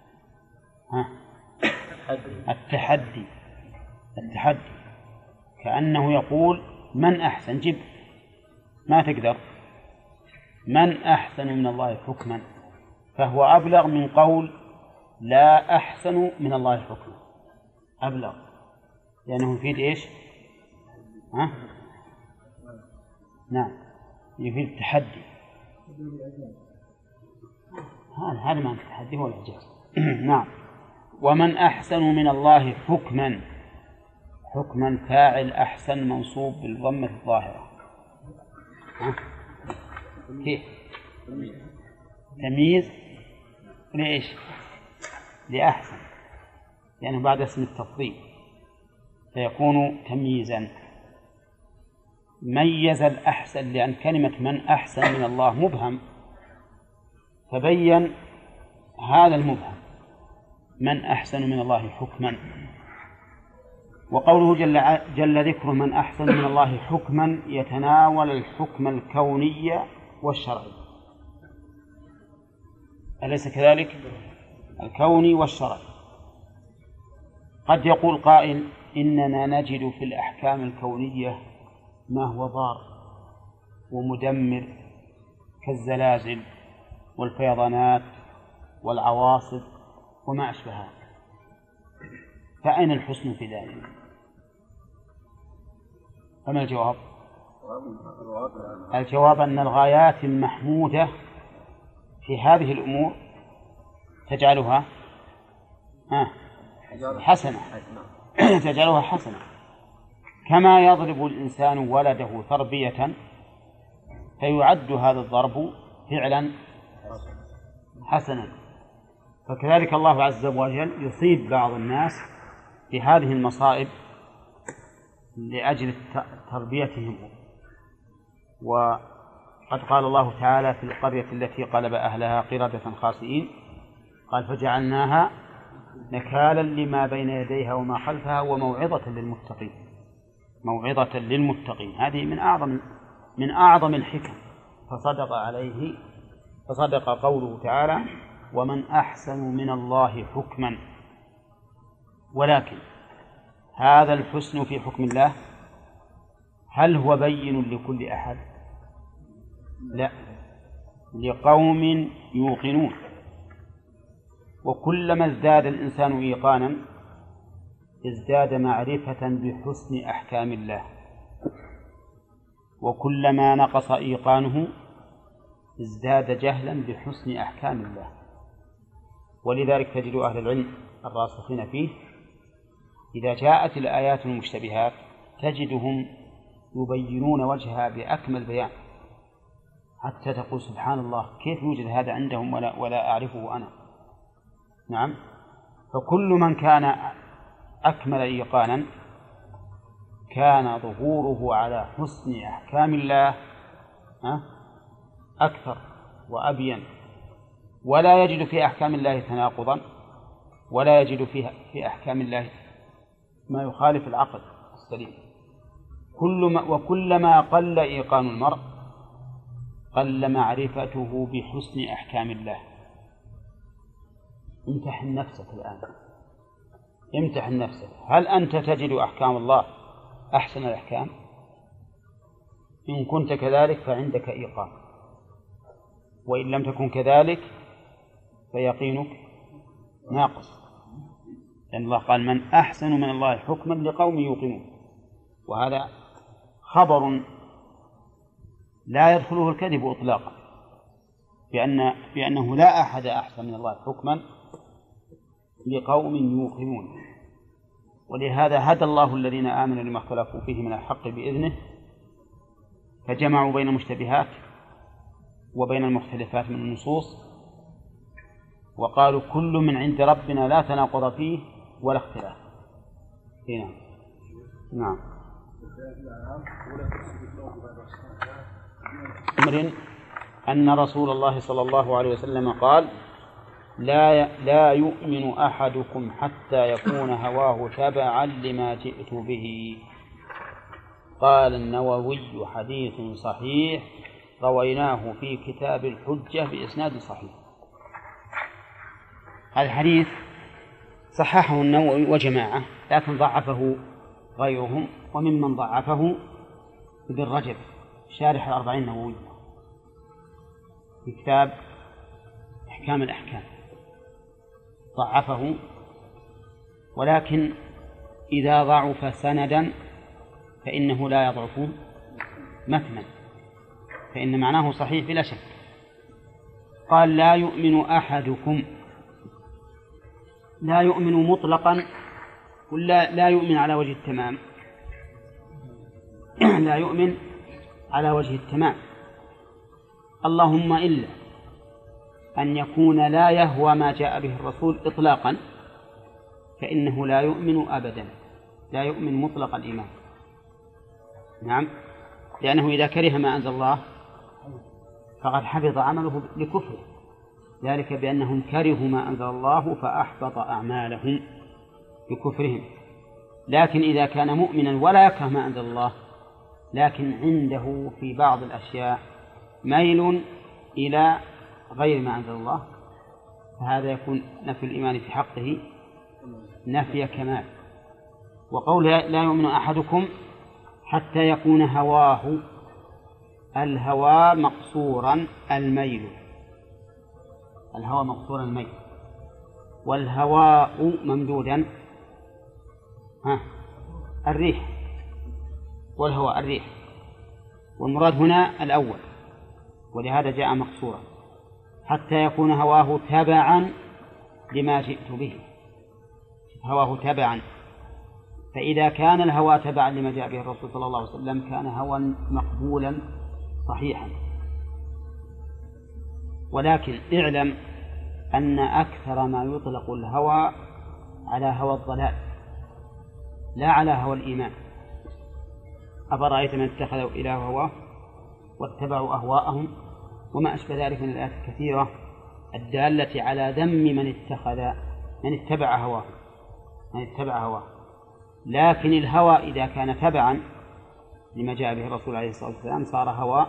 التحدي التحدي كأنه يقول من أحسن، جب ما تقدر، من أحسن من الله حكما، فهو أبلغ من قول لا أحسن من الله حكما، أبلغ لأنه يفيد إيش؟ ها؟ نعم يفيد التحدي. هذا هذا ما التحدي هو الإعجاز. نعم. ومن أحسن من الله حكما، حكما فاعل أحسن منصوب بالضمة الظاهرة. ها؟ كيف؟ تمييز ليش؟ لأحسن، لأنه يعني بعد اسم التفضيل فيكون تمييزا. ميز الأحسن، لأن كلمة من أحسن من الله مبهم، فبين هذا المبهم من أحسن من الله حكما. وقوله جل, جل ذكره من أحسن من الله حكما يتناول الحكم الكوني والشرعي، أليس كذلك؟ الكوني والشرعي. قد يقول قائل إننا نجد في الأحكام الكونية ما هو ضار ومدمر كالزلازل والفيضانات والعواصف وما أشبهها، فأين الحسن في ذلك؟ فما الجواب؟ الجواب أن الغايات المحمودة في هذه الأمور تجعلها حسنة تجعلها حسنة، كما يضرب الإنسان ولده تربية فيعد هذا الضرب فعلا حسنا، فكذلك الله عز وجل يصيب بعض الناس بهذه المصائب لأجل تربيتهم. وقد قال الله تعالى في القرية التي قلب أهلها قردة خاسئين قال فجعلناها نكالا لما بين يديها وما خلفها وموعظة للمتقين. موعظة للمتقين هذه من أعظم من أعظم الحكم، فصدق عليه فصدق قوله تعالى ومن أحسن من الله حكما. ولكن هذا الحسن في حكم الله هل هو بين لكل أحد؟ لا، لقوم يوقنون. وكلما ازداد الإنسان إيقانا ازداد معرفة بحسن أحكام الله، وكلما نقص إيقانه ازداد جهلا بحسن أحكام الله. ولذلك تجد أهل العلم الراسخين فيه إذا جاءت الآيات المشتبهات تجدهم يبينون وجهها بأكمل بيان، حتى تقول سبحان الله كيف يوجد هذا عندهم ولا, ولا أعرفه أنا. نعم. فكل من كان أكمل إيقانا كان ظهوره على حسن أحكام الله أكثر وأبين، ولا يجد في أحكام الله تناقضا، ولا يجد فيها في أحكام الله ما يخالف العقل السليم. كل ما وكلما قل إيقان المرء قل معرفته بحسن أحكام الله. امتحن نفسك الآن، امتحن نفسك، هل أنت تجد أحكام الله أحسن الأحكام؟ إن كنت كذلك فعندك إيقان، وإن لم تكن كذلك فيقينك ناقص، لأن الله قال من أحسن من الله حكما لقوم يوقنون، وهذا خبر لا يدخله الكذب إطلاقا، بأن بأنه لا أحد أحسن من الله حكما لقوم يوقنون. ولهذا هدى الله الذين آمنوا لما اختلفوا فيه من الحق بإذنه، فجمعوا بين المشتبهات وبين المختلفات من النصوص، وقالوا كل من عند ربنا لا تناقض فيه ولا اختلاف. نعم نعم. أمر أن رسول الله صلى الله عليه وسلم قال: لا لا يؤمن أحدكم حتى يكون هواه تبعا لما جئت به. قال النووي: حديث صحيح رويناه في كتاب الحجة بإسناد صحيح. هذا الحديث صححه النووي وجماعة، لكن ضعفه غيرهم، وممن ضعفه ابن رجب شارح الأربعين النووي في كتاب إحكام الأحكام، ضعفه. ولكن إذا ضعف سندا فإنه لا يضعف متنا، فإن معناه صحيح بلا شك. قال: لا يؤمن أحدكم، لا يؤمن مطلقا ولا لا يؤمن على وجه التمام؟ لا يؤمن على وجه التمام، اللهم إلا أن يكون لا يهوى ما جاء به الرسول إطلاقا، فإنه لا يؤمن أبدا، لا يؤمن مطلق الإيمان. نعم، لأنه إذا كره ما أنزل الله فقد حبط عمله لكفره، ذلك بأنهم كرهوا ما أنزل الله فأحبط أعمالهم بكفرهم. لكن إذا كان مؤمنا ولا يكره ما أنزل الله، لكن عنده في بعض الأشياء ميل إلى غير ما أنزل الله، فهذا يكون نفي الإيمان في حقه نفي كمال. وقول لا يؤمن أحدكم حتى يكون هواه، الهوى مقصورا الميل، الهوى مقصورا الميل، والهواء ممدودا ها الريح، والهواء الريح، والمراد هنا الأول، ولهذا جاء مقصورا. حتى يكون هواه تبعا لما جئت به، هواه تبعا، فإذا كان الهوى تبعا لما جاء به الرسول صلى الله عليه وسلم كان هوى مقبولا صحيحا. ولكن اعلم أن أكثر ما يطلق الهوى على هوى الضلال لا على هوى الإيمان. أفرأيت من اتخذوا إله هواه واتبعوا أهواءهم وما أشبه ذلك من الآيات الكثيرة الدالة على ذم من اتخذ من اتبع هواه من اتبع هواه. لكن الهوى إذا كان تبعا لما جاء به الرسول عليه الصلاة والسلام صار هوى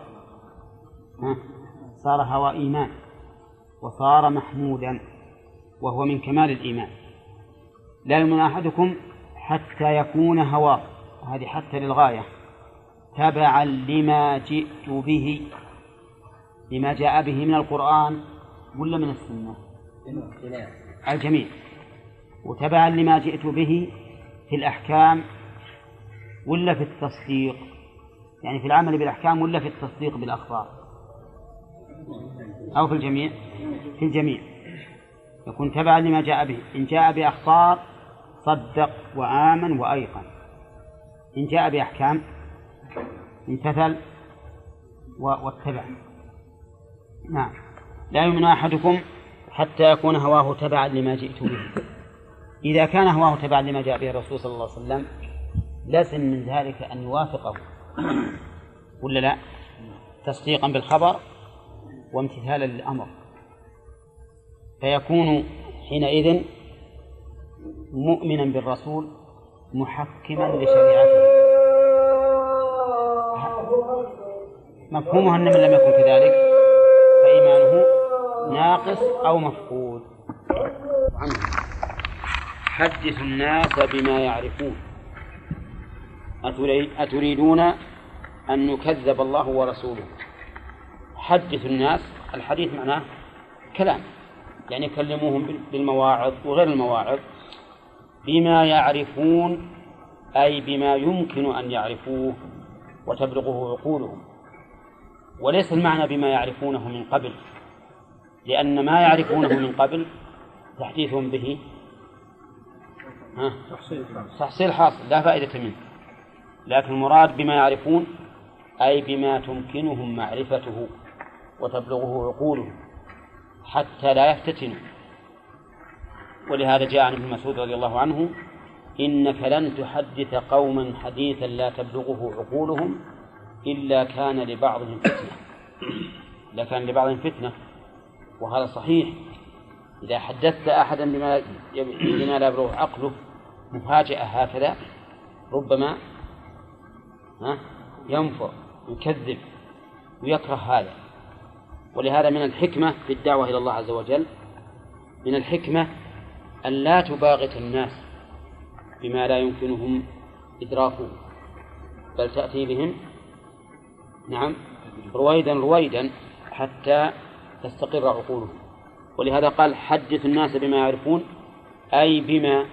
صار هوى إيمان، وصار محمودا، وهو من كمال الإيمان. لا يؤمن أحدكم حتى يكون هواه، هذه حتى للغاية، تبعا لما جئت به، لما جاء به من القرآن ولا من السنة؟ الجميع. وتبعا لما جئت به في الأحكام ولا في التصديق، يعني في العمل بالأحكام ولا في التصديق بالأخبار، أو في الجميع؟ في الجميع يكون تبعا لما جاء به. إن جاء بأخبار صدق وآمن وأيقن، إن جاء بأحكام امتثل واتبع. نعم. لا يؤمن أحدكم حتى يكون هواه تبعا لما جئت به. إذا كان هواه تبعا لما جاء به الرسول صلى الله عليه وسلم لازم من ذلك أن يوافقه ولا لا، تصديقا بالخبر وامتثالا للأمر، فيكون حينئذ مؤمنا بالرسول محكما لشريعته. مفهومه أن من لم يكن كذلك فإيمانه ناقص أو مفقود. حدث الناس بما يعرفون، أتريدون أن يكذب الله ورسوله. حدث الناس، الحديث معناه كلام، يعني كلموهم بالمواعظ وغير المواعظ بما يعرفون، أي بما يمكن أن يعرفوه وتبلغه عقولهم، وليس المعنى بما يعرفونه من قبل، لأن ما يعرفونه من قبل تحديثهم به ها؟ تحصيل حاصل لا فائدة منه، لكن المراد بما يعرفون أي بما تمكنهم معرفته وتبلغه عقولهم حتى لا يفتتنوا. ولهذا جاء عن ابن مسعود رضي الله عنه: إنك لن تحدث قوما حديثا لا تبلغه عقولهم إلا كان لبعضهم فتنة. إلا كان لبعضهم فتنة، وهذا صحيح. إذا حدثت أحدا بما بما لا يبلغه عقله مفاجأة هكذا ربما ينفر يكذب ويكره هذا. ولهذا من الحكمة في الدعوة إلى الله عز وجل، من الحكمة أن لا تباغت الناس بما لا يمكنهم إدراكه، بل تأتي بهم نعم رويدا رويدا حتى تستقر عقولهم. ولهذا قال: حدث الناس بما يعرفون، أي بما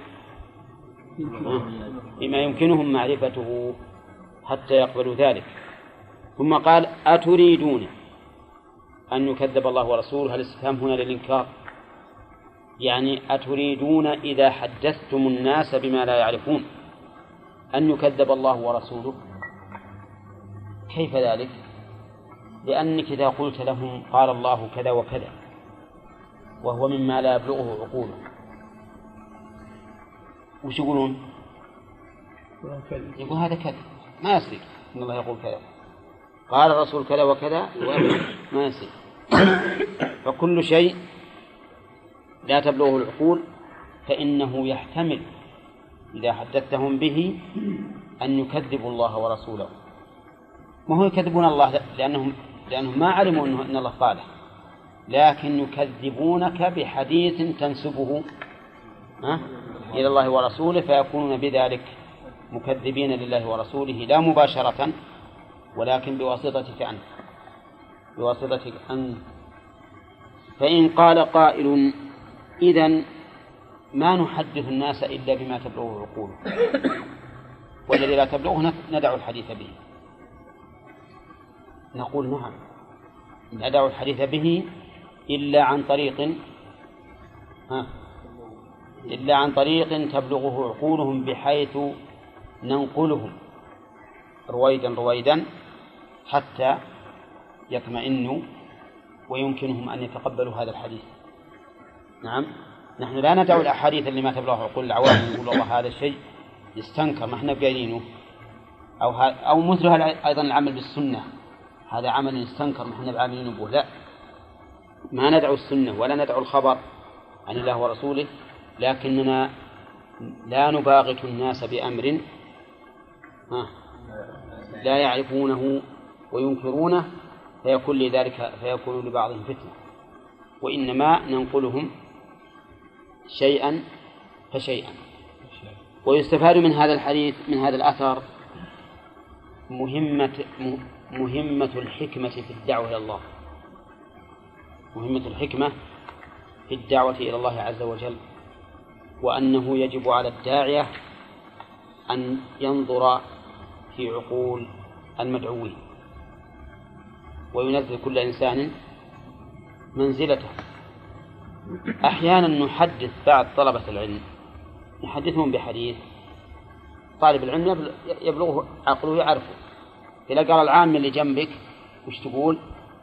بما يمكنهم معرفته حتى يقبلوا ذلك. ثم قال: أتريدون أن يكذب الله ورسوله؟ الاستفهام هنا للإنكار، يعني أتريدون إذا حدثتم الناس بما لا يعرفون أن يكذب الله ورسوله؟ كيف ذلك؟ لأنك إذا قلت لهم قال الله كذا وكذا وهو مما لا يبلغه عقوله، وش يقولون؟ يقول هذا كذا، ما يصير إن الله يقول كذا، قال الرسول كذا وكذا، ما يصير. فكل شيء لا تبلغه العقول فإنه يحتمل إذا حدثتهم به أن يكذبوا الله ورسوله. ما هو يكذبون الله لأنهم لأنهم ما علموا أنه إن الله قاله، لكن يكذبونك بحديث تنسبه إلى الله ورسوله، فيكونون بذلك مكذبين لله ورسوله لا مباشرة ولكن بواسطتك أنت بواسطتك أنت. فإن قال قائل: إذن ما نحدث الناس إلا بما تبلغه عقوله، والذي لا تبلغه ندع الحديث به. نقول: نعم، ندع الحديث به إلا عن طريق ها إلا عن طريق تبلغه عقولهم بحيث ننقلهم رويدا رويدا حتى يطمئنوا ويمكنهم أن يتقبلوا هذا الحديث. نعم، نحن لا ندع الأحاديث اللي ما تبلغه عقول العوام نقول والله هذا الشيء يستنكر ما احنا قايلينه، أو أو مثلها أيضا العمل بالسنة، هذا عمل يستنكر ما احنا بعاملين به. لا، ما ندع السنة ولا ندع الخبر عن الله ورسوله، لكننا لا نباغت الناس بأمر لا يعرفونه وينكرونه فيكون لذلك فيكون لبعضهم فتنة، وإنما ننقلهم شيئا فشيئا. ويستفاد من هذا الحديث من هذا الأثر مهمة مهمة الحكمة في الدعوة إلى الله، مهمة الحكمة في الدعوة إلى الله عز وجل، وأنه يجب على الداعية أن ينظر في عقول المدعوين وينزل كل إنسان منزلته. أحيانا نحدث بعض طلبة العلم، نحدثهم بحديث طالب العلم يبلغه عقله يعرفه، إذا قال العام اللي جنبك وش تقول؟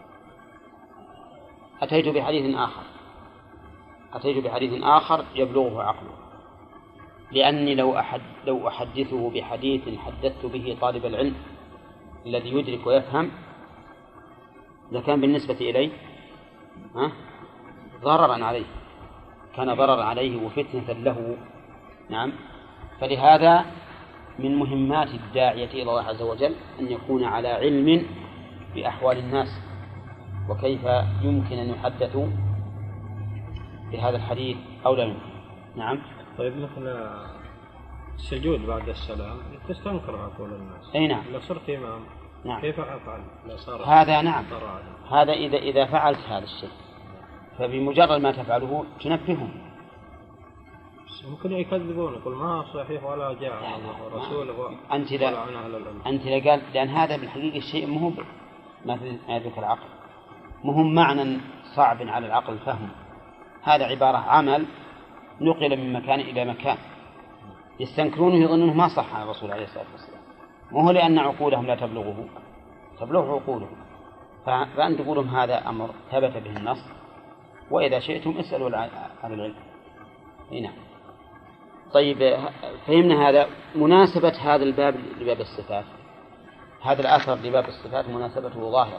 أتيت بحديث آخر أتيت بحديث آخر يبلغه عقله، لأني لو أحد لو أحدثه بحديث حدثت به طالب العلم الذي يدرك ويفهم لكان بالنسبة إليه ها ضررا عليه، كان ضررا عليه وفتنة له. نعم، فلهذا من مهمات الداعية إلى الله عز وجل أن يكون على علم بأحوال الناس وكيف يمكن أن يحدثوا بهذا الحديث أو لا يمكن. نعم. طيب، مثل السجود بعد السلام تستنكر عقول الناس. أي نعم. لو صرت إمام نعم. كيف أفعل؟ هذا نعم، هذا إذا إذا فعلت هذا الشيء فبمجرد ما تفعله تنبههم. ممكن يكذبون يقول ما صحيح ولا جاء عن الله ورسوله. أنت لا أنت لا قال، لأن هذا بالحقيقة الشيء مو ما يدرك العقل، مهم معنى صعب على العقل فهمه. هذا عبارة عمل نقل من مكان إلى مكان، يستنكرونه يظنونه ما صح عن الرسول عليه الصلاة والسلام، وهو لأن عقولهم لا تبلغه، تبلغ عقولهم. فأن تقولهم هذا أمر ثبت به النص، وإذا شئتم اسألوا عن العلم. هنا طيب، فهمنا هذا. مناسبة هذا الباب لباب الصفات، هذا الأثر لباب الصفات مناسبته ظاهرة،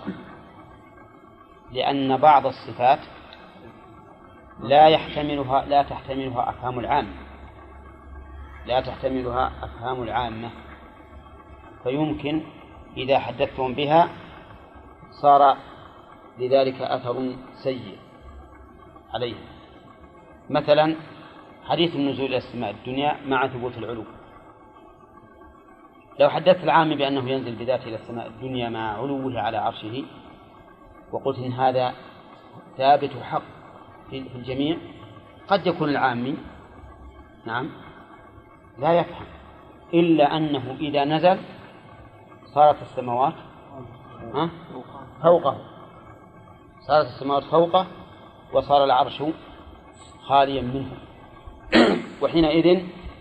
لأن بعض الصفات لا يحتملها لا تحتملها أفهام العامة لا تحتملها أفهام العامة فيمكن إذا حدثتهم بها صار لذلك أثر سيء عليه. مثلا حديث النزول إلى السماء الدنيا مع ثبوت العلو، لو حدثت العام بأنه ينزل بذاته إلى السماء الدنيا مع علوه على عرشه، وقلت إن هذا ثابت حق في الجميع، قد يكون العامي نعم لا يفهم إلا أنه إذا نزل صارت السماوات فوقه صارت السماوات فوقه وصار العرش خاليا منه. وحينئذ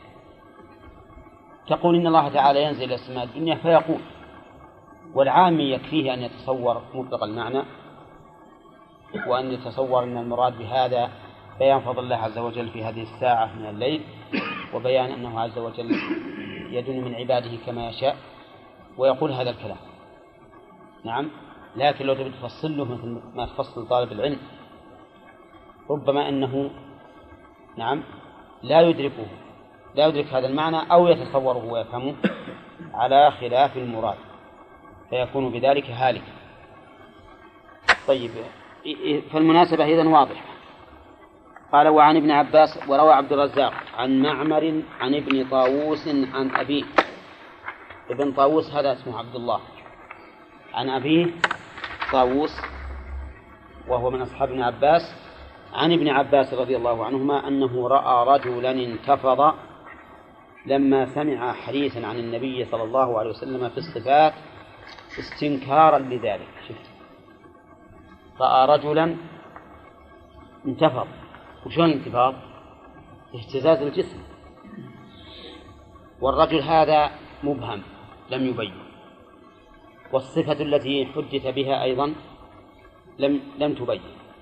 تقول إن الله تعالى ينزل إلى السماء الدنيا فيقول، والعامي يكفيه أن يتصور مطلق المعنى، وأن يتصور أن المراد بهذا بيان فضل الله عز وجل في هذه الساعة من الليل، وبيان أنه عز وجل يدن من عباده كما يشاء، ويقول هذا الكلام نعم. لكن لو تبي تفصل له مثل ما تفصل طالب العلم ربما أنه نعم لا يدركه لا يدرك هذا المعنى أو يتصوره ويفهمه على خلاف المراد، فيكون بذلك هالك. طيب، فالمناسبة إذن واضحة. قال وعن ابن عباس، وروى عبد الرزاق عن معمر عن ابن طاووس عن أبيه. ابن طاووس هذا اسمه عبد الله، عن أبيه طاووس وهو من أصحاب ابن عباس، عن ابن عباس رضي الله عنهما أنه رأى رجلا انتفض لما سمع حديثا عن النبي صلى الله عليه وسلم في الصفات استنكارا لذلك. شفت، رأى رجلا انتفض. وشون الانتفاض؟ اهتزاز الجسم، والرجل هذا مبهم لم يبين، والصفة التي حدث بها أيضا لم لم تبين.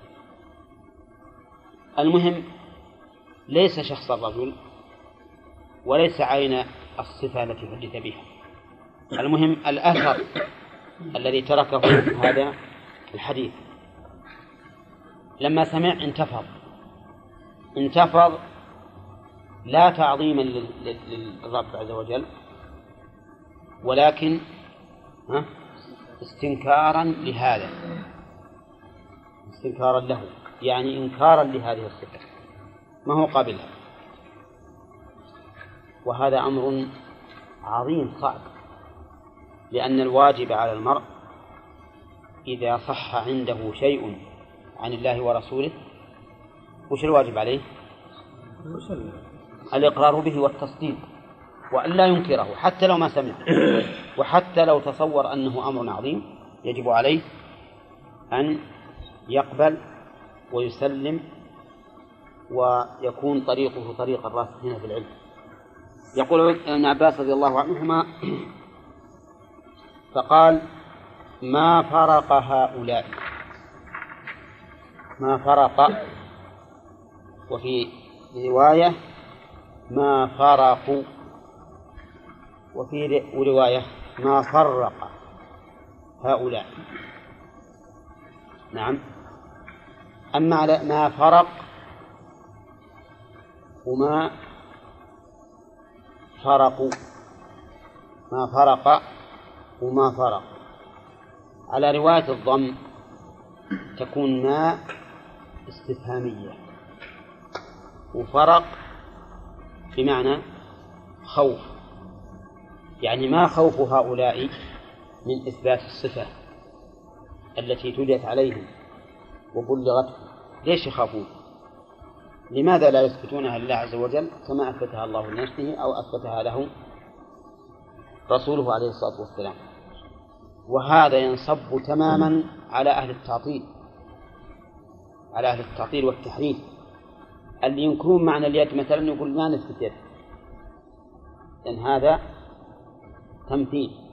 المهم ليس شخص الرجل وليس عين الصفة التي حدث بها، المهم الأثر الذي تركه هذا الحديث. لما سمع انتفض انتفض لا تعظيما للرب عز وجل، ولكن استنكارا لهذا، استنكارا له، يعني إنكارا لهذه الصفة، ما هو قابلها. وهذا أمر عظيم صعب، لأن الواجب على المرء إذا صح عنده شيء عن الله ورسوله وش الواجب عليه؟ الإقرار به والتصديق، وأن لا ينكره حتى لو ما سمع، وحتى لو تصور أنه أمر عظيم يجب عليه أن يقبل ويسلم، ويكون طريقه طريق الراسخين في العلم. يقول ابن عباس رضي الله عنهما فقال ما فرق هؤلاء، ما فرق، وفي رواية ما فرقوا، وفي رواية ما فرق هؤلاء. نعم، أما على ما فرق وما فرقوا، ما فرق وما فرق، على رواية الضم تكون ما استفهامية، وفرق بمعنى خوف، يعني ما خوف هؤلاء من إثبات الصفة التي تليت عليهم وبلغتهم. ليش يخافون؟ لماذا لا يثبتونها لله عز وجل كما أثبتها الله لنفسه أو أثبتها له رسوله عليه الصلاة والسلام؟ وهذا ينصب تماما على أهل التعطيل، على أهل التعطيل والتحريف اللي ينكرون معنى اليد. مثلا يقول ما نثبت يد، لأن هذا تمثيل.